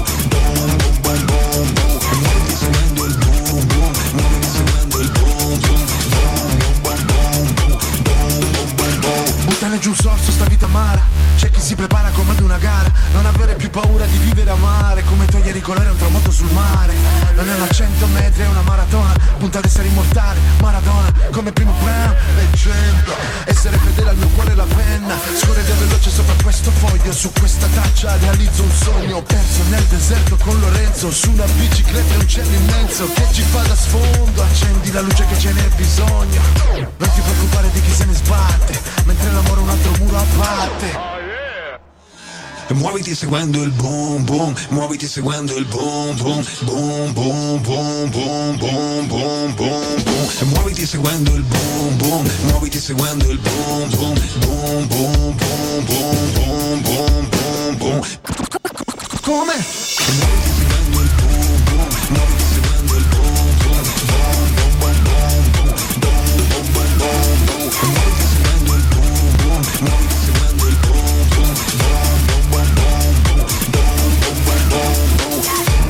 Buttare giù sorso sta vita amara, c'è chi si prepara come ad una gara, non avere più paura di vivere a mare, come togliere i colori a un tramonto sul mare, non è una cento metri, è una maratona, punta ad essere immortale, Maradona, come primo plan, leggenda, essere fedele al mio cuore e la penna, scorre via veloce sopra questo foglio, su questa traccia realizzo un sogno, perso nel deserto con Lorenzo, su una bicicletta e un cielo immenso, che ci fa da sfondo, accendi la luce che ce n'è bisogno, non ti preoccupare di chi se ne sbatte, mentre l'amore un altro muro abbatte. Muoviti seguendo il boom boom, muoviti seguendo il boom boom, boom boom boom boom boom boom boom boom, muoviti seguendo il boom boom, muoviti seguendo il boom boom, boom boom boom boom boom boom boom. Come? Muoviti seguendo il boom boom, muoviti seguendo il boom boom, boom boom boom boom boom boom boom boom boom, muoviti seguendo il boom boom, muoviti seguendo il boom boom, boom boom boom boom boom boom boom boom.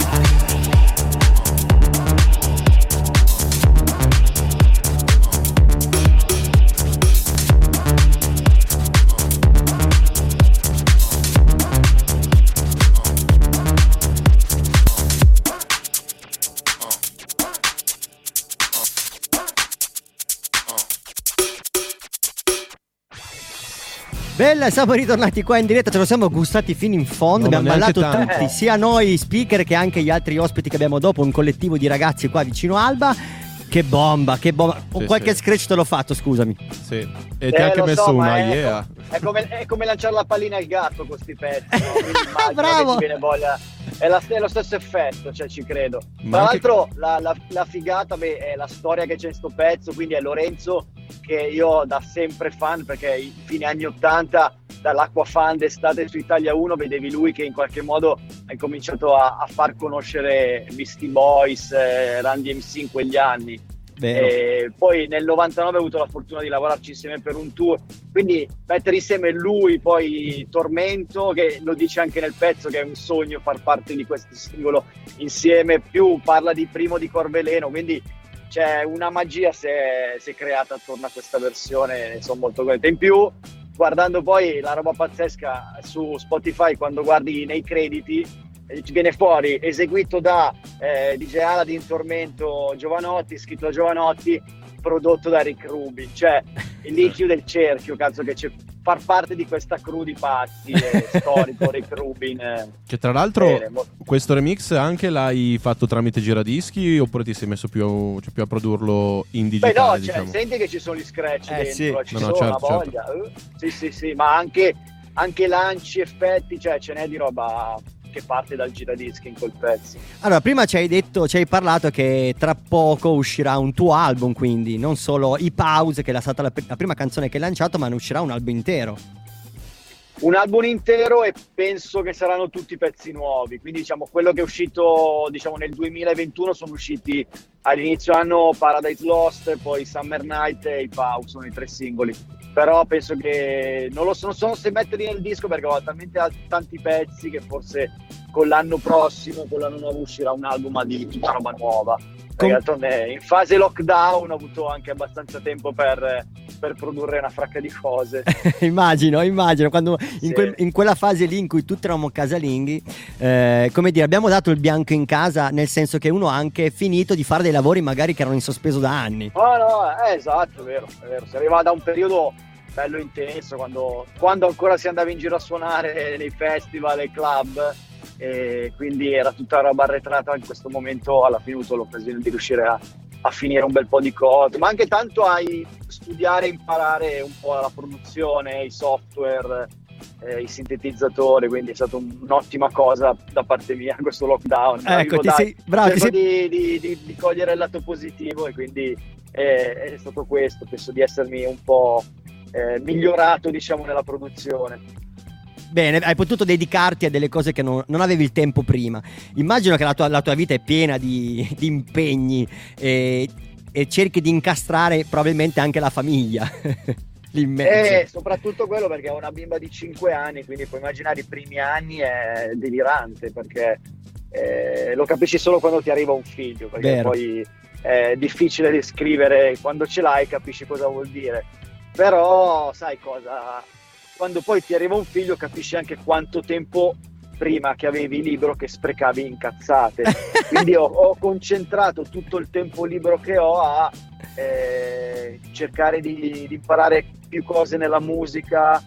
Bella, siamo ritornati qua in diretta, ce lo siamo gustati fino in fondo, No, abbiamo ma neanche ballato tanto. tutti, sia noi speaker che anche gli altri ospiti che abbiamo dopo, un collettivo di ragazzi qua vicino Alba. Che bomba, che bomba. Ho Sì, qualche sì. scratch te l'ho fatto, scusami. Sì. E Eh, ti ha anche lo messo so, una ma è, yeah. è, come, è come lanciare la pallina al gatto con sti pezzi, no? Quindi immagino Bravo. che ti viene voglia. È, la- è lo stesso effetto, cioè ci credo. Ma Tra anche- l'altro la, la- la figata beh, è la storia che c'è in sto pezzo, quindi è Lorenzo che io da sempre fan, perché i fine anni ottanta dall'Acqua Fan d'estate su Italia uno vedevi lui che in qualche modo ha cominciato a, a far conoscere Beastie Boys, eh, Run D M C in quegli anni. Vero. E poi nel novantanove ho avuto la fortuna di lavorarci insieme per un tour, quindi mettere insieme lui, poi Tormento, che lo dice anche nel pezzo che è un sogno far parte di questo singolo insieme, più parla di Primo di Corveleno, quindi c'è una magia si è, si è creata attorno a questa versione, sono molto contento. In più, guardando poi la roba pazzesca su Spotify, quando guardi nei crediti eh, ci viene fuori eseguito da eh, D J Aladdin, Tormento, Giovanotti, scritto da Giovanotti, prodotto da Rick Rubin, cioè lì chiude il cerchio, cazzo, che c'è far parte di questa crew di pazzi, eh, storico Rick Rubin, eh. Che tra l'altro Bene, mo- questo remix anche l'hai fatto tramite giradischi oppure ti sei messo più, cioè, più a produrlo in Beh digitale, no, cioè, diciamo? senti che ci sono gli scratch Eh, dentro, sì. ci No, no, sono, certo, a voglia, eh. Sì, sì, sì, ma anche, anche lanci, effetti, cioè ce n'è di roba che parte dal giradischi in quel pezzo. Allora, prima ci hai detto, ci hai parlato che tra poco uscirà un tuo album, quindi non solo I Pause, che è stata la, la prima canzone che hai lanciato, ma ne uscirà un album intero. Un album intero, e penso che saranno tutti pezzi nuovi, quindi diciamo quello che è uscito diciamo nel duemilaventuno sono usciti all'inizio anno Paradise Lost, poi Summer Night e I Pause, sono i tre singoli, però penso che non lo so, non so se metterli nel disco perché ho talmente tanti pezzi che forse con l'anno prossimo, con l'anno nuovo uscirà un album di tutta roba nuova. Perché in fase lockdown ho avuto anche abbastanza tempo per, per produrre una fracca di cose. immagino, immagino, quando in, Sì. quel, in quella fase lì in cui tutti eravamo casalinghi, eh, come dire, abbiamo dato il bianco in casa, nel senso che uno ha anche finito di fare dei lavori magari che erano in sospeso da anni. No, no, è esatto, è vero, è vero. Si arrivava da un periodo bello intenso, quando, quando ancora si andava in giro a suonare nei festival, nei club, e quindi era tutta roba arretrata. In questo momento alla fine ho avuto l'occasione di riuscire a, a finire un bel po' di cose, ma anche tanto a studiare e imparare un po' la produzione, i software, eh, i sintetizzatori, quindi è stata un'ottima cosa da parte mia questo lockdown. Ecco, Arrivo, ti dai, sei, bravo, ti cerco sei... di, di, di, di cogliere il lato positivo, e quindi è, è stato questo. Penso di essermi un po' eh, migliorato, diciamo, nella produzione. Bene, hai potuto dedicarti a delle cose che non, non avevi il tempo prima. Immagino che la tua, la tua vita è piena di, di impegni e, e cerchi di incastrare probabilmente anche la famiglia lì in mezzo. E soprattutto quello, perché ho una bimba di cinque anni, quindi puoi immaginare i primi anni è delirante, perché eh, lo capisci solo quando ti arriva un figlio, perché Vero. poi è difficile descrivere, quando ce l'hai capisci cosa vuol dire. Però sai cosa? Quando poi ti arriva un figlio capisci anche quanto tempo prima che avevi libero che sprecavi in cazzate. Quindi ho, ho concentrato tutto il tempo libero che ho a eh, cercare di, di imparare più cose nella musica.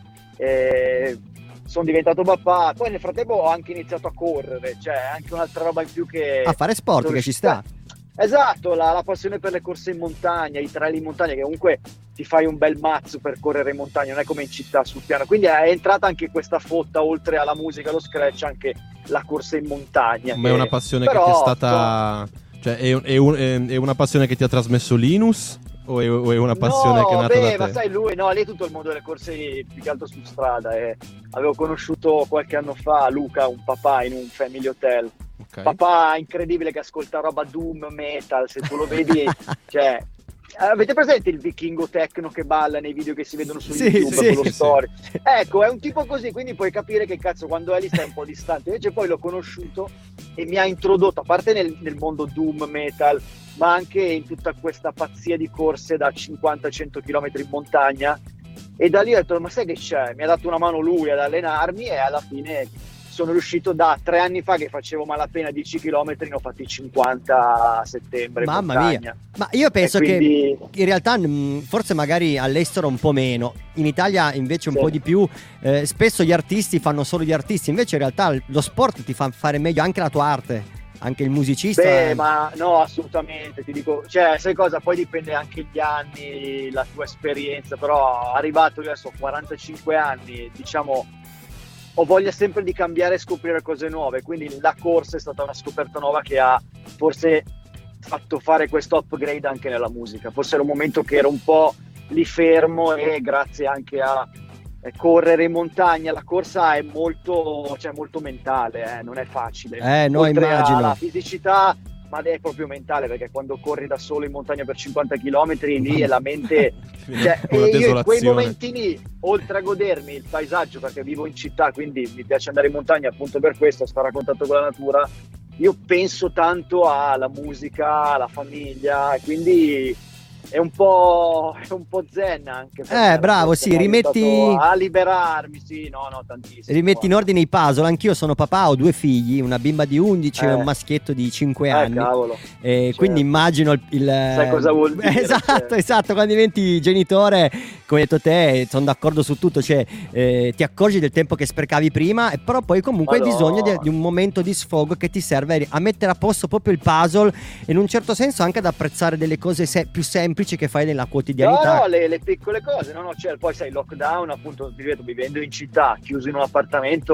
Eh, sono diventato papà, poi nel frattempo ho anche iniziato a correre, cioè anche un'altra roba in più che... A fare sport, che ci sta. Esatto, la, la passione per le corse in montagna, i trail in montagna, che comunque ti fai un bel mazzo per correre in montagna, non è come in città sul piano, quindi è entrata anche questa fotta, oltre alla musica e allo scratch, anche la corsa in montagna. Ma è una passione però, che ti è stata... Cioè è, è, un, è, è una passione che ti ha trasmesso Linus? O è, o è una passione no, che è nata beh, da te? ma sai, lui, no, lì è tutto il mondo delle corse più che altro su strada. Eh. Avevo conosciuto qualche anno fa Luca, un papà in un family hotel. Okay. Papà incredibile che ascolta roba doom metal, se tu lo vedi, cioè... Avete presente il vichingo techno che balla nei video che si vedono su Sì, YouTube sì, con lo sì. story? Ecco, è un tipo così, quindi puoi capire che cazzo quando è lì stai un po' distante. Invece poi l'ho conosciuto e mi ha introdotto, a parte nel, nel mondo doom metal, ma anche in tutta questa pazzia di corse da cinquanta cento chilometri in montagna, e da lì ho detto, ma sai che c'è? Mi ha dato una mano lui ad allenarmi, e alla fine sono riuscito, da tre anni fa che facevo malapena dieci chilometri, ne ho fatti cinquanta a settembre. Mamma in montagna. mia, ma io penso E quindi... che in realtà mh, forse magari all'estero un po' meno, in Italia invece un Sì. po' di più. Eh, spesso gli artisti fanno solo gli artisti, invece in realtà lo sport ti fa fare meglio anche la tua arte, anche il musicista. Beh, ma no, assolutamente, ti dico, cioè, sai cosa? Poi dipende anche gli anni, la tua esperienza, però arrivato io adesso ho quarantacinque anni, diciamo, ho voglia sempre di cambiare e scoprire cose nuove, quindi la corsa è stata una scoperta nuova che ha forse fatto fare questo upgrade anche nella musica. Forse era un momento che ero un po' lì fermo, e grazie anche a eh, correre in montagna, la corsa è molto, cioè, molto mentale, eh, non è facile. Eh, no, Oltre immagino. alla fisicità, ma è proprio mentale, perché quando corri da solo in montagna per cinquanta chilometri lì e la mente, cioè, Una e io in quei desolazione. momenti lì, oltre a godermi il paesaggio, perché vivo in città, quindi mi piace andare in montagna appunto per questo, stare a contatto con la natura, io penso tanto alla musica, alla famiglia, e quindi è un po', è un po' zen anche per Eh, me, bravo, forse sì, mi ha rimetti- aiutato a liberarmi, sì, no, no, tantissimo. Rimetti in ordine i puzzle. Anch'io sono papà, ho due figli, una bimba di undici e Eh. un maschietto di cinque Eh, anni. cavolo. E Certo. quindi immagino il, il- Sai cosa vuol dire, Esatto, certo. esatto. Quando diventi genitore, come hai detto te, sono d'accordo su tutto. Cioè, eh, ti accorgi del tempo che sprecavi prima, e però poi comunque hai Madonna. bisogno di, di un momento di sfogo che ti serve a mettere a posto proprio il puzzle, e in un certo senso anche ad apprezzare delle cose se- più semplici che fai nella No, quotidianità. no, le, le piccole cose, no, no, cioè, poi sai, lockdown, appunto, ti ripeto, vivendo in città, chiuso in un appartamento,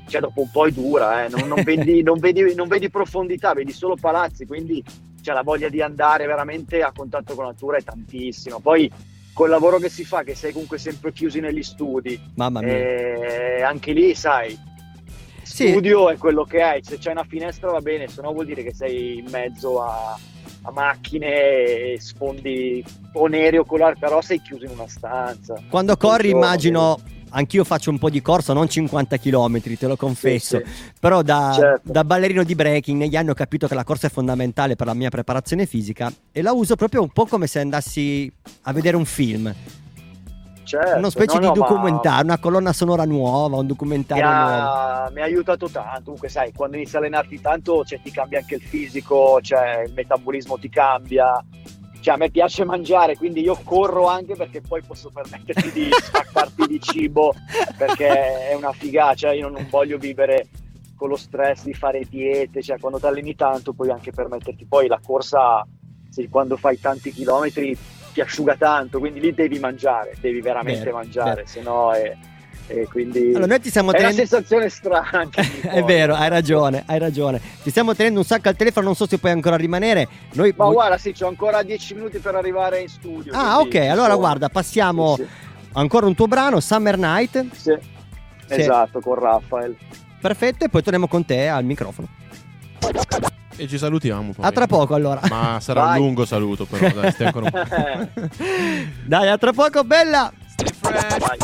cioè dopo un po' è dura, eh. non, non, vedi, non, vedi, non vedi profondità, vedi solo palazzi, quindi cioè, la voglia di andare veramente a contatto con la natura è tantissimo. Poi col lavoro che si fa, che sei comunque sempre chiusi negli studi, mamma mia, eh, anche lì sai, studio sì. È quello che hai, se c'è una finestra va bene, se no vuol dire che sei in mezzo a, a macchine e sfondi o neri o colori, però sei chiuso in una stanza. Quando corri immagino, anch'io faccio un po' di corsa, non cinquanta chilometri, te lo confesso, sì, sì. Però da, certo. da ballerino di breaking negli anni ho capito che la corsa è fondamentale per la mia preparazione fisica e la uso proprio un po' come se andassi a vedere un film. Certo, una specie no, di no, documentario, una colonna sonora nuova, un documentario mi ha, nuovo. Mi ha aiutato tanto, comunque sai, quando inizi a allenarti tanto cioè, ti cambia anche il fisico, cioè, il metabolismo ti cambia, cioè, a me piace mangiare, quindi io corro anche perché poi posso permetterti di spaccarti di cibo, perché è una figata, cioè, io non voglio vivere con lo stress di fare diete, cioè quando ti alleni tanto puoi anche permetterti, poi la corsa, sì, quando fai tanti chilometri ti asciuga tanto, quindi lì devi mangiare, devi veramente vero, mangiare, vero. se no è, è quindi allora, noi ti stiamo è tenendo... una sensazione strana anche è vero, hai ragione, hai ragione. Ti stiamo tenendo un sacco al telefono, non so se puoi ancora rimanere. Noi... Ma guarda, sì, c'ho ancora dieci minuti per arrivare in studio. Ah, ok, allora sono... guarda, passiamo sì, sì. ancora un tuo brano, Summer Night. Sì, sì. Esatto, con Raphael. Perfetto, e poi torniamo con te al microfono. E ci salutiamo poi. A tra poco allora. Ma sarà Vai. un lungo saluto però, dai, stai ancora un po'. Dai, a tra poco, bella. Stay fresh. Vai.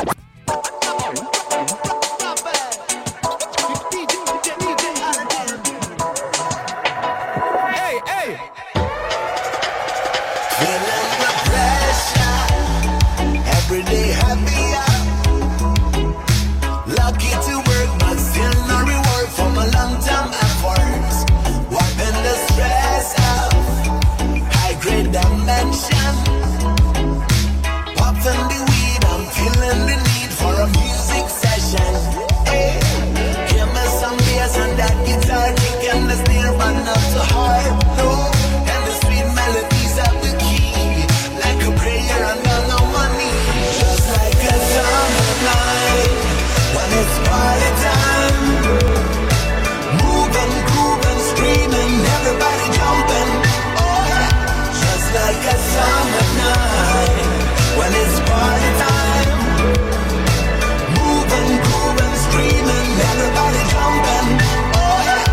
Puffing the weed, I'm feeling the need for a music session. Hey, give me some bass and that guitar kick and the snare, but not too hard. No, and the sweet melodies of the key, like a prayer and all on my knees. Just like a summer night when it's party time. Move and groove and screaming, everybody jumping. Oh, just like a summer night when it's party time. Move and groove and screaming, everybody jumping. Oh yeah.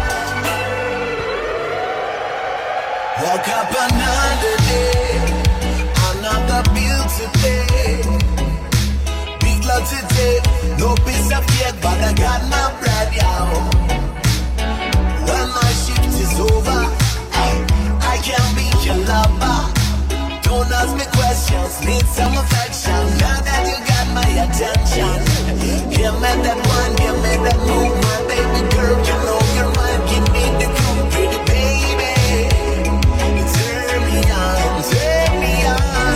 Woke up another day, another bill to pay. Big love today, no piece of cake, but I got my bread, yo. When my shift is over, I, I can be your lover. Don't ask me questions, need some affection. Now that you got my attention, give me that one, give me that move, my baby girl. You know you're mine, give me the cool, pretty baby. You turn me on, turn me on.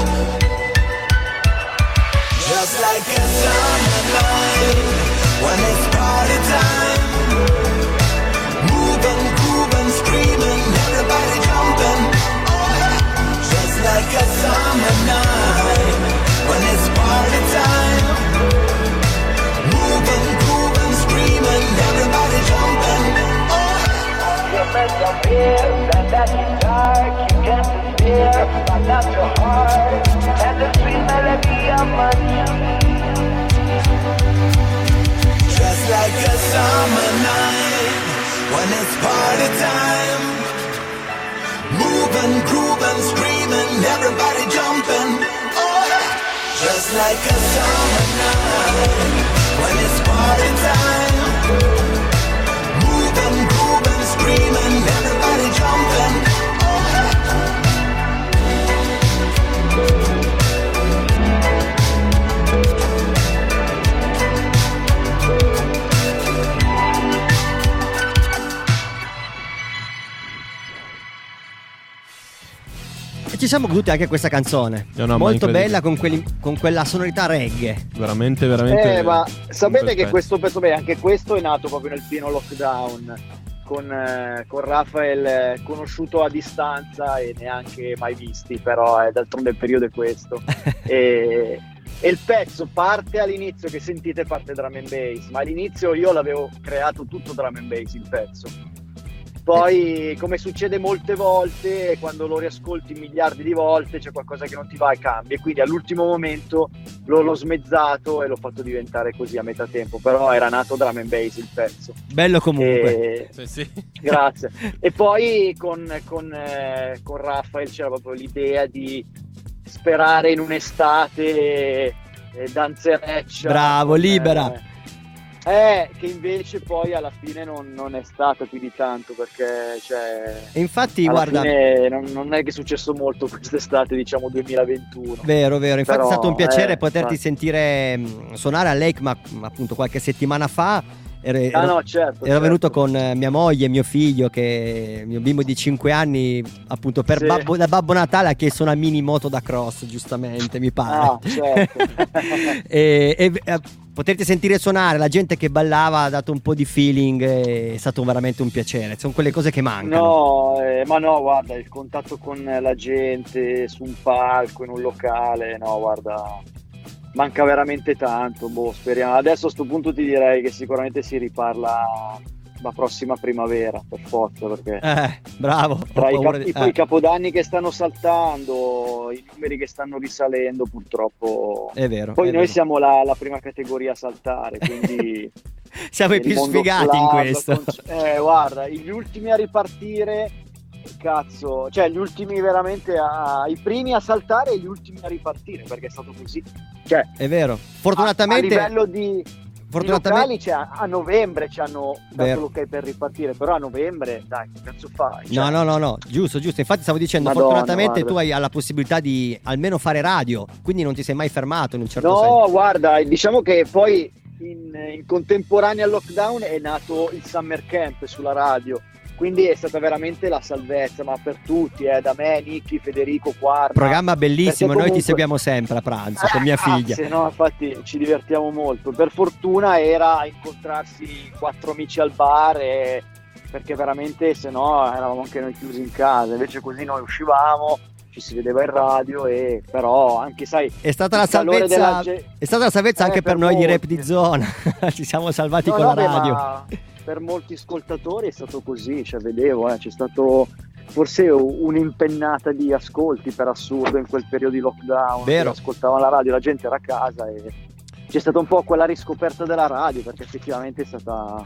Just like a summer night when it's party time. Move and groove and screaming, everybody jumping. Like a summer night when it's party time. Move and groove and screaming, everybody jumping. Oh, you make your fears and that guitar you can't disappear, but not your heart and the sweet melody of my tune. Just like a summer night when it's party time. Move and groove and screaming, everybody jumping. Oh, just like a summer night when it's party time. Move and groove and screaming, everybody jumping. Ci siamo goduti anche questa canzone, no, no, molto bella, con, quelli, con quella sonorità reggae. Veramente, veramente. Eh, ma sapete che pezzo. questo pezzo, beh, anche questo è nato proprio nel pieno lockdown, con, eh, con Raphael, eh, conosciuto a distanza e neanche mai visti, però eh, d'altronde il periodo è questo. e, e il pezzo parte all'inizio, che sentite parte drum and bass, ma all'inizio io l'avevo creato tutto drum and bass il pezzo. Poi, come succede molte volte, quando lo riascolti miliardi di volte c'è qualcosa che non ti va e cambia, e quindi all'ultimo momento l'ho, l'ho smezzato e l'ho fatto diventare così a metà tempo, però era nato drum and bass il pezzo. Bello E... comunque. Sì, sì. Grazie. E poi con, con, eh, con Raphael c'era proprio l'idea di sperare in un'estate eh, danzereccia. Bravo, libera. Eh, Eh, che invece poi alla fine non, non è stata più di tanto, perché cioè, E infatti alla guarda, fine non, non è che è successo molto quest'estate, diciamo duemilaventuno. vero, vero, infatti Però, è stato un piacere eh, poterti ma- sentire mh, suonare a Lake, ma mh, appunto qualche settimana fa ero, ero- Ah no, certo, ero certo. venuto con eh, mia moglie e mio figlio, che mio bimbo di cinque anni, appunto per Sì. babbo, da Babbo Natale ha chiesto una mini moto da cross, giustamente mi pare. Ah, certo. e, e eh, poterti sentire suonare, la gente che ballava ha dato un po' di feeling, è stato veramente un piacere, sono quelle cose che mancano. No, eh, ma no, guarda, il contatto con la gente su un palco, in un locale, no, guarda, manca veramente tanto. Boh, speriamo. Adesso a sto punto ti direi che sicuramente si riparla la prossima primavera, per forza, perché Eh, bravo. ho tra i, paura cap- di- i- eh. i capodanni che stanno saltando, i numeri che stanno risalendo, purtroppo. È vero. Poi è noi vero. siamo la, la prima categoria a saltare, quindi Siamo i il più mondo sfigati in club, questo. con- eh, guarda, gli ultimi a ripartire, cazzo, cioè gli ultimi veramente a, i primi a saltare e gli ultimi a ripartire, perché è stato così. Cioè, È vero. a, a Fortunatamente livello di, di fortunatamente- locali, cioè, a novembre ci hanno dato Vero. l'ok per ripartire, però a novembre, dai, che cazzo fai? No, Cioè, no, no, no, giusto, giusto. Infatti stavo dicendo, Madonna, fortunatamente guarda. tu hai la possibilità di almeno fare radio, quindi non ti sei mai fermato in un certo No, senso. guarda, diciamo che poi in, in contemporanea al lockdown è nato il Summer Camp sulla radio, quindi è stata veramente la salvezza, ma per tutti, eh, da me, Nicky, Federico, Quarna. Programma bellissimo, Perché noi ti comunque- seguiamo sempre a pranzo con mia Eh, figlia. grazie, no, infatti ci divertiamo molto. Per fortuna era incontrarsi quattro amici al bar, e- perché veramente se no eravamo anche noi chiusi in casa, invece così noi uscivamo, ci si vedeva in radio, e però anche sai È stata la il calore salvezza, della ge- è stata la salvezza Eh, anche per, per noi di molti. Rap di Zona. Ci siamo salvati No, con no, la beh, radio. ma per molti ascoltatori è stato così, cioè vedevo, eh, c'è stato forse un'impennata di ascolti per assurdo in quel periodo di lockdown. Vero. Che ascoltavano la radio, la gente era a casa e c'è stata un po' quella riscoperta della radio, perché effettivamente è stata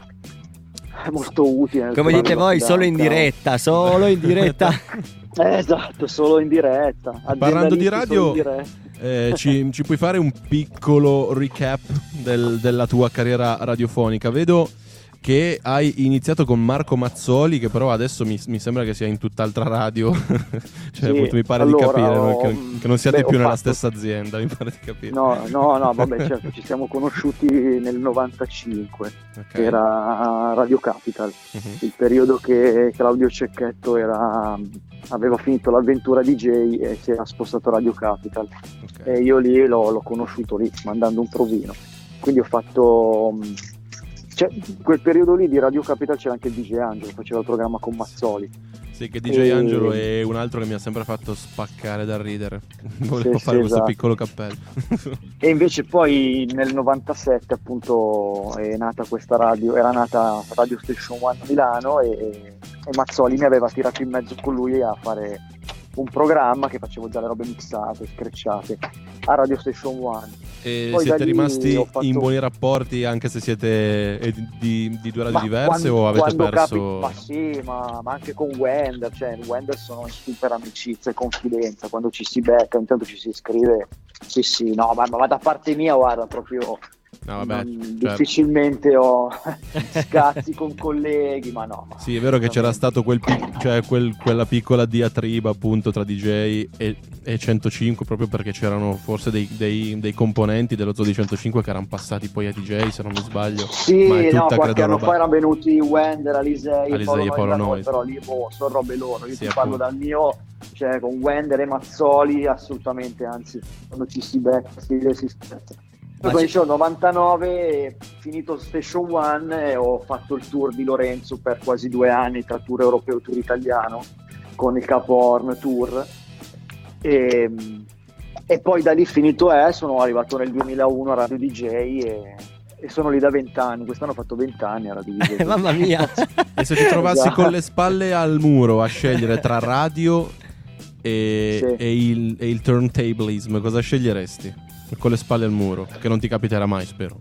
molto utile. nel Come periodo dite di voi, lockdown, solo in cavolo. diretta, solo in diretta. Eh, esatto, solo in diretta. Parlando di Aziendalisti radio, solo in diretta. eh, ci, ci puoi fare un piccolo recap del- della tua carriera radiofonica? Vedo che hai iniziato con Marco Mazzoli, che però adesso mi, mi sembra che sia in tutt'altra radio. Cioè, Sì, appunto, mi pare allora, di capire no? ho- che, che non siate beh, ho più nella fatto- stessa azienda, mi pare di capire. No, no, no, vabbè, certo, ci siamo conosciuti nel novantacinque, Ok. che era Radio Capital, Mhm. il periodo che Claudio Cecchetto era, aveva finito l'avventura D J e si era spostato a Radio Capital. Ok. E io lì l'ho, l'ho conosciuto lì, mandando un provino. Quindi ho fatto... mh, cioè, in quel periodo lì di Radio Capital c'era anche il D J Angelo, faceva il programma con Mazzoli. Sì, che D J E- Angelo è un altro che mi ha sempre fatto spaccare da ridere. Volevo Sì, fare sì, questo esatto. piccolo cappello. E invece poi nel novantasette appunto è nata questa radio, era nata Radio Station One a Milano, e, e Mazzoli mi aveva tirato in mezzo con lui a fare un programma che facevo già le robe mixate, screcciate a Radio Station One. E Poi siete da lì rimasti ho fatto- in buoni rapporti anche se siete eh, di, di- di due radio Ma diverse quando- o avete quando perso? capi- ma sì, ma, ma anche con Wender, cioè Wender sono in super amicizia e confidenza, quando ci si becca, intanto ci si scrive, sì sì, no, ma, ma da parte mia, guarda, proprio No, vabbè, non- certo. difficilmente ho scazzi con colleghi, ma no. Ma Sì, è vero che c'era stato quel pic- cioè quel- quella piccola diatriba appunto tra D J e, e centocinque, proprio perché c'erano forse dei, dei- dei componenti dello zoo di centocinque che erano passati poi a D J, se non mi sbaglio. Sì, Ma è no, tutta, qualche credo, anno roba- fa erano venuti Wender, Alisei, Alisei Paolo e Paolo Noi da noi, Noyes. però lì boh, sono robe loro. Io Sì, ti parlo appunto. dal mio, cioè con Wender e Mazzoli, assolutamente, anzi, quando ci si becca si, si scherza. Poi Ma quando ci- dicevo novantanove, finito Station One, e ho fatto il tour di Lorenzo per quasi due anni, tra tour europeo e tour italiano, con il Capo Horn Tour. E, e poi da lì finito è, sono arrivato nel duemilauno a Radio D J e, e sono lì da vent'anni. Quest'anno ho fatto vent'anni a Radio D J. Mamma mia. E se ti trovassi con le spalle al muro a scegliere tra radio e, Sì. e, il, e il turntablism, cosa sceglieresti? Con le spalle al muro, che non ti capiterà mai, spero.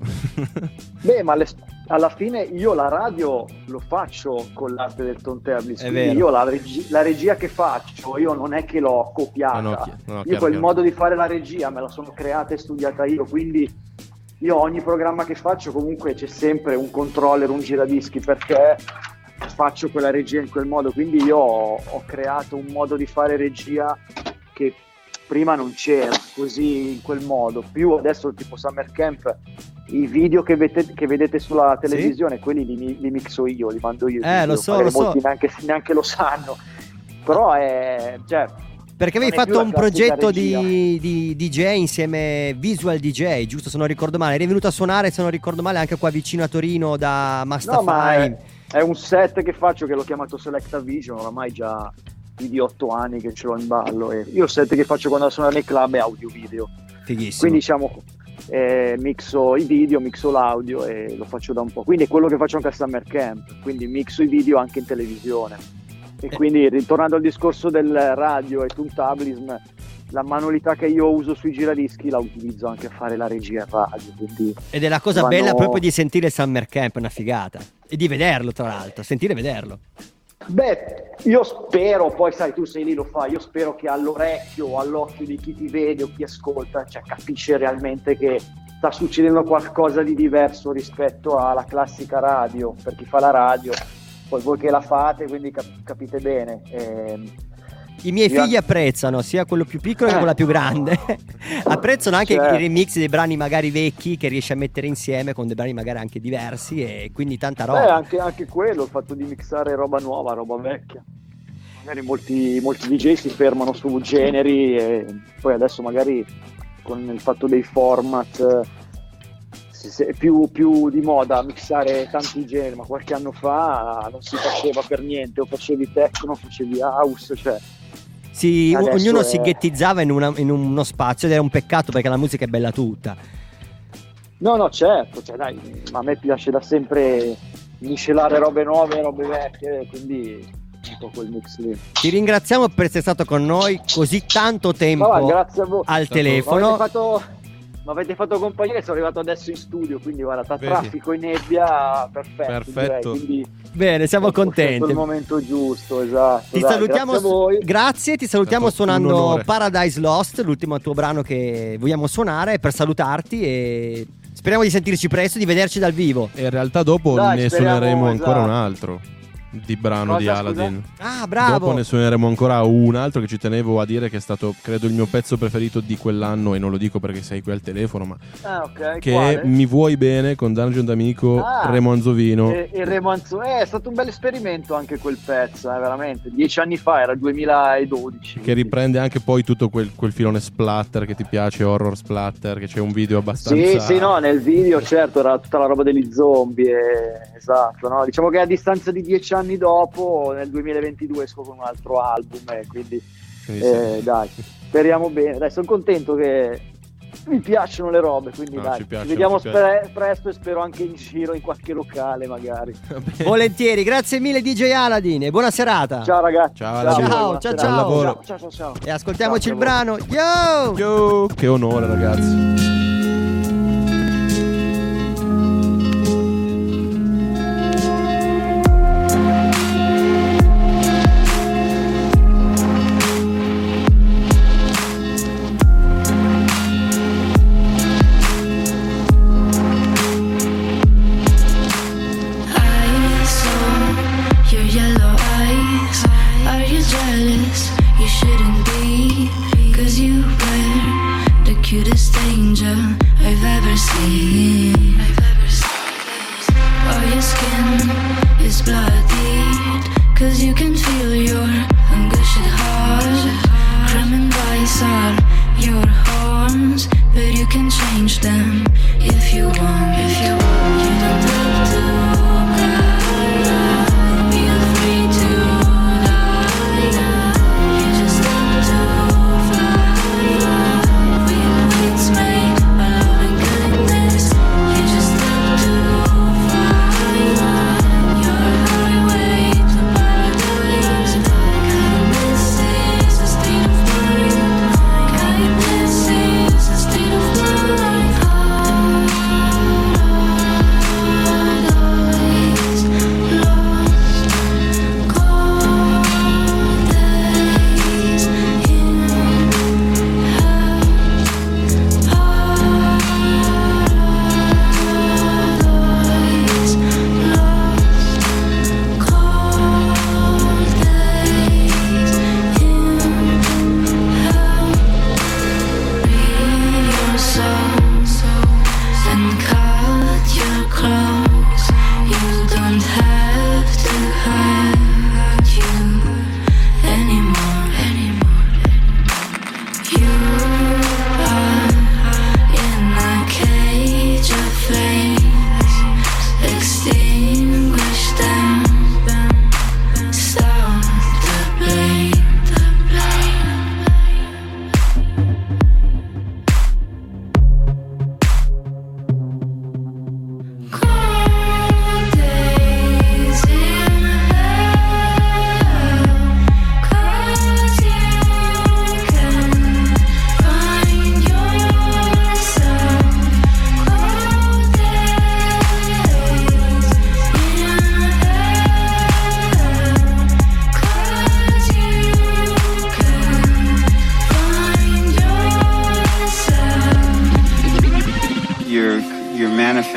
Beh, ma le- alla fine io la radio lo faccio con l'arte del turntablism, È quindi vero. io la, regi- la regia che faccio, io non è che l'ho copiata, No, no, chi- no, io chiaro, quel chiaro. modo di fare la regia me la sono creata e studiata io, quindi io ogni programma che faccio comunque c'è sempre un controller, un giradischi, perché faccio quella regia in quel modo, quindi io ho, ho creato un modo di fare regia che prima non c'era così in quel modo. Più adesso tipo Summer Camp, i video che vedete, che vedete sulla televisione, quelli li, li mixo io, li mando io. Eh, quindi lo so, magari lo so. molti neanche, neanche lo sanno, però è, cioè, Perché avevi non è più fatto la un classica progetto regia. di, di D J insieme Visual D J, giusto se non ricordo male. Eri venuto a suonare, se non ricordo male, anche qua vicino a Torino da No, ma Mastafai. è, è un set che faccio che l'ho chiamato Selecta Vision, oramai già più di otto anni che ce l'ho in ballo, e io il set che faccio quando suono nei club è audio video, Fighissimo. quindi diciamo eh, mixo i video, mixo l'audio e lo faccio da un po', quindi è quello che faccio anche a Summer Camp, quindi mixo i video anche in televisione e quindi ritornando al discorso del radio e turntablism, la manualità che io uso sui giradischi la utilizzo anche a fare la regia in radio, quindi Ed è la cosa vanno- bella proprio di sentire il Summer Camp, è una figata. E di vederlo, tra l'altro, sentire e vederlo. Beh, io spero, poi sai, tu sei lì, lo fai, io spero che all'orecchio o all'occhio di chi ti vede o chi ascolta, cioè capisce realmente che sta succedendo qualcosa di diverso rispetto alla classica radio, per chi fa la radio, poi voi che la fate, quindi cap- capite bene. Ehm, I miei io- figli apprezzano sia quello più piccolo che Eh. quello più grande. Apprezzano anche Certo. i remix dei brani magari vecchi che riesci a mettere insieme con dei brani magari anche diversi, e quindi tanta Beh, roba. anche, anche quello, il fatto di mixare roba nuova, roba vecchia. Magari molti, molti D J si fermano su generi e poi adesso magari con il fatto dei format eh, si- se- è più, più di moda mixare tanti generi, ma qualche anno fa non si faceva per niente, o facevi techno, o facevi house, cioè Sì, o- adesso ognuno è- si ghettizzava in, una- in uno spazio ed era un peccato perché la musica è bella tutta. no no certo, cioè dai, ma a me piace da sempre miscelare robe nuove e robe vecchie, quindi un po' quel mix lì. Ti ringraziamo per essere stato con noi così tanto tempo Ma va, grazie a voi. al Mi telefono. avete fatto, mi avete fatto compagnia e sono arrivato adesso in studio, quindi guarda, tra Vedi? traffico e nebbia, perfetto. Perfetto. direi, quindi Bene, siamo ho scelto contenti. il momento giusto, esatto. Ti dai, salutiamo, grazie a voi. grazie, ti salutiamo È stato un suonando onore. Paradise Lost, l'ultimo tuo brano che vogliamo suonare, per salutarti e speriamo di sentirci presto, di vederci dal vivo. E in realtà dopo Dai, ne speriamo, suoneremo ancora esatto. un altro di brano Cosa, di Aladdin. Ah, bravo. Dopo ne suoneremo ancora un altro che ci tenevo a dire che è stato, credo, il mio pezzo preferito di quell'anno, e non lo dico perché sei qui al telefono, ma Ah, ok. che quale? è Mi vuoi bene con Dungeon d'Amico, Ah, Remo Anzovino. E, e Remo Anzo- eh, è stato un bel esperimento anche quel pezzo, eh, veramente. Dieci anni fa, era duemiladodici. Che riprende anche poi tutto quel, quel filone splatter che ti piace, horror splatter, che c'è un video abbastanza... Sì, sì, no, nel video certo era tutta la roba degli zombie, e- esatto, no? Diciamo che a distanza di dieci anni dopo, nel duemilaventidue esco con un altro album, e quindi, Quindi eh, sì. dai, speriamo bene, dai, sono contento che mi piacciono le robe, quindi No, dai, ci ci, piacciono, vediamo ci piacciono. spre- presto e spero anche in giro in qualche locale magari. Volentieri, grazie mille D J Aladdin e buona serata. Ciao ragazzi. Ciao, Ciao, Aladdin. ciao, buona ciao, serata. Buon lavoro. Ciao, ciao, ciao. E ascoltiamoci il Ciao, brano. Yo! Yo, che onore, ragazzi. I saw your yellow eyes. Are you jealous? You shouldn't be, 'cause you were the cutest angel I've ever seen. Oh, your skin is bloodied, 'cause you can feel your angushed heart. Crimin' vice are your horns, but you can change them if you want. If you want, you don't have to cry. Feel free to die. You just have to fly.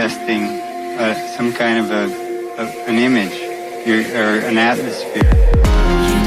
manifesting uh, some kind of a, a an image, your, or an atmosphere.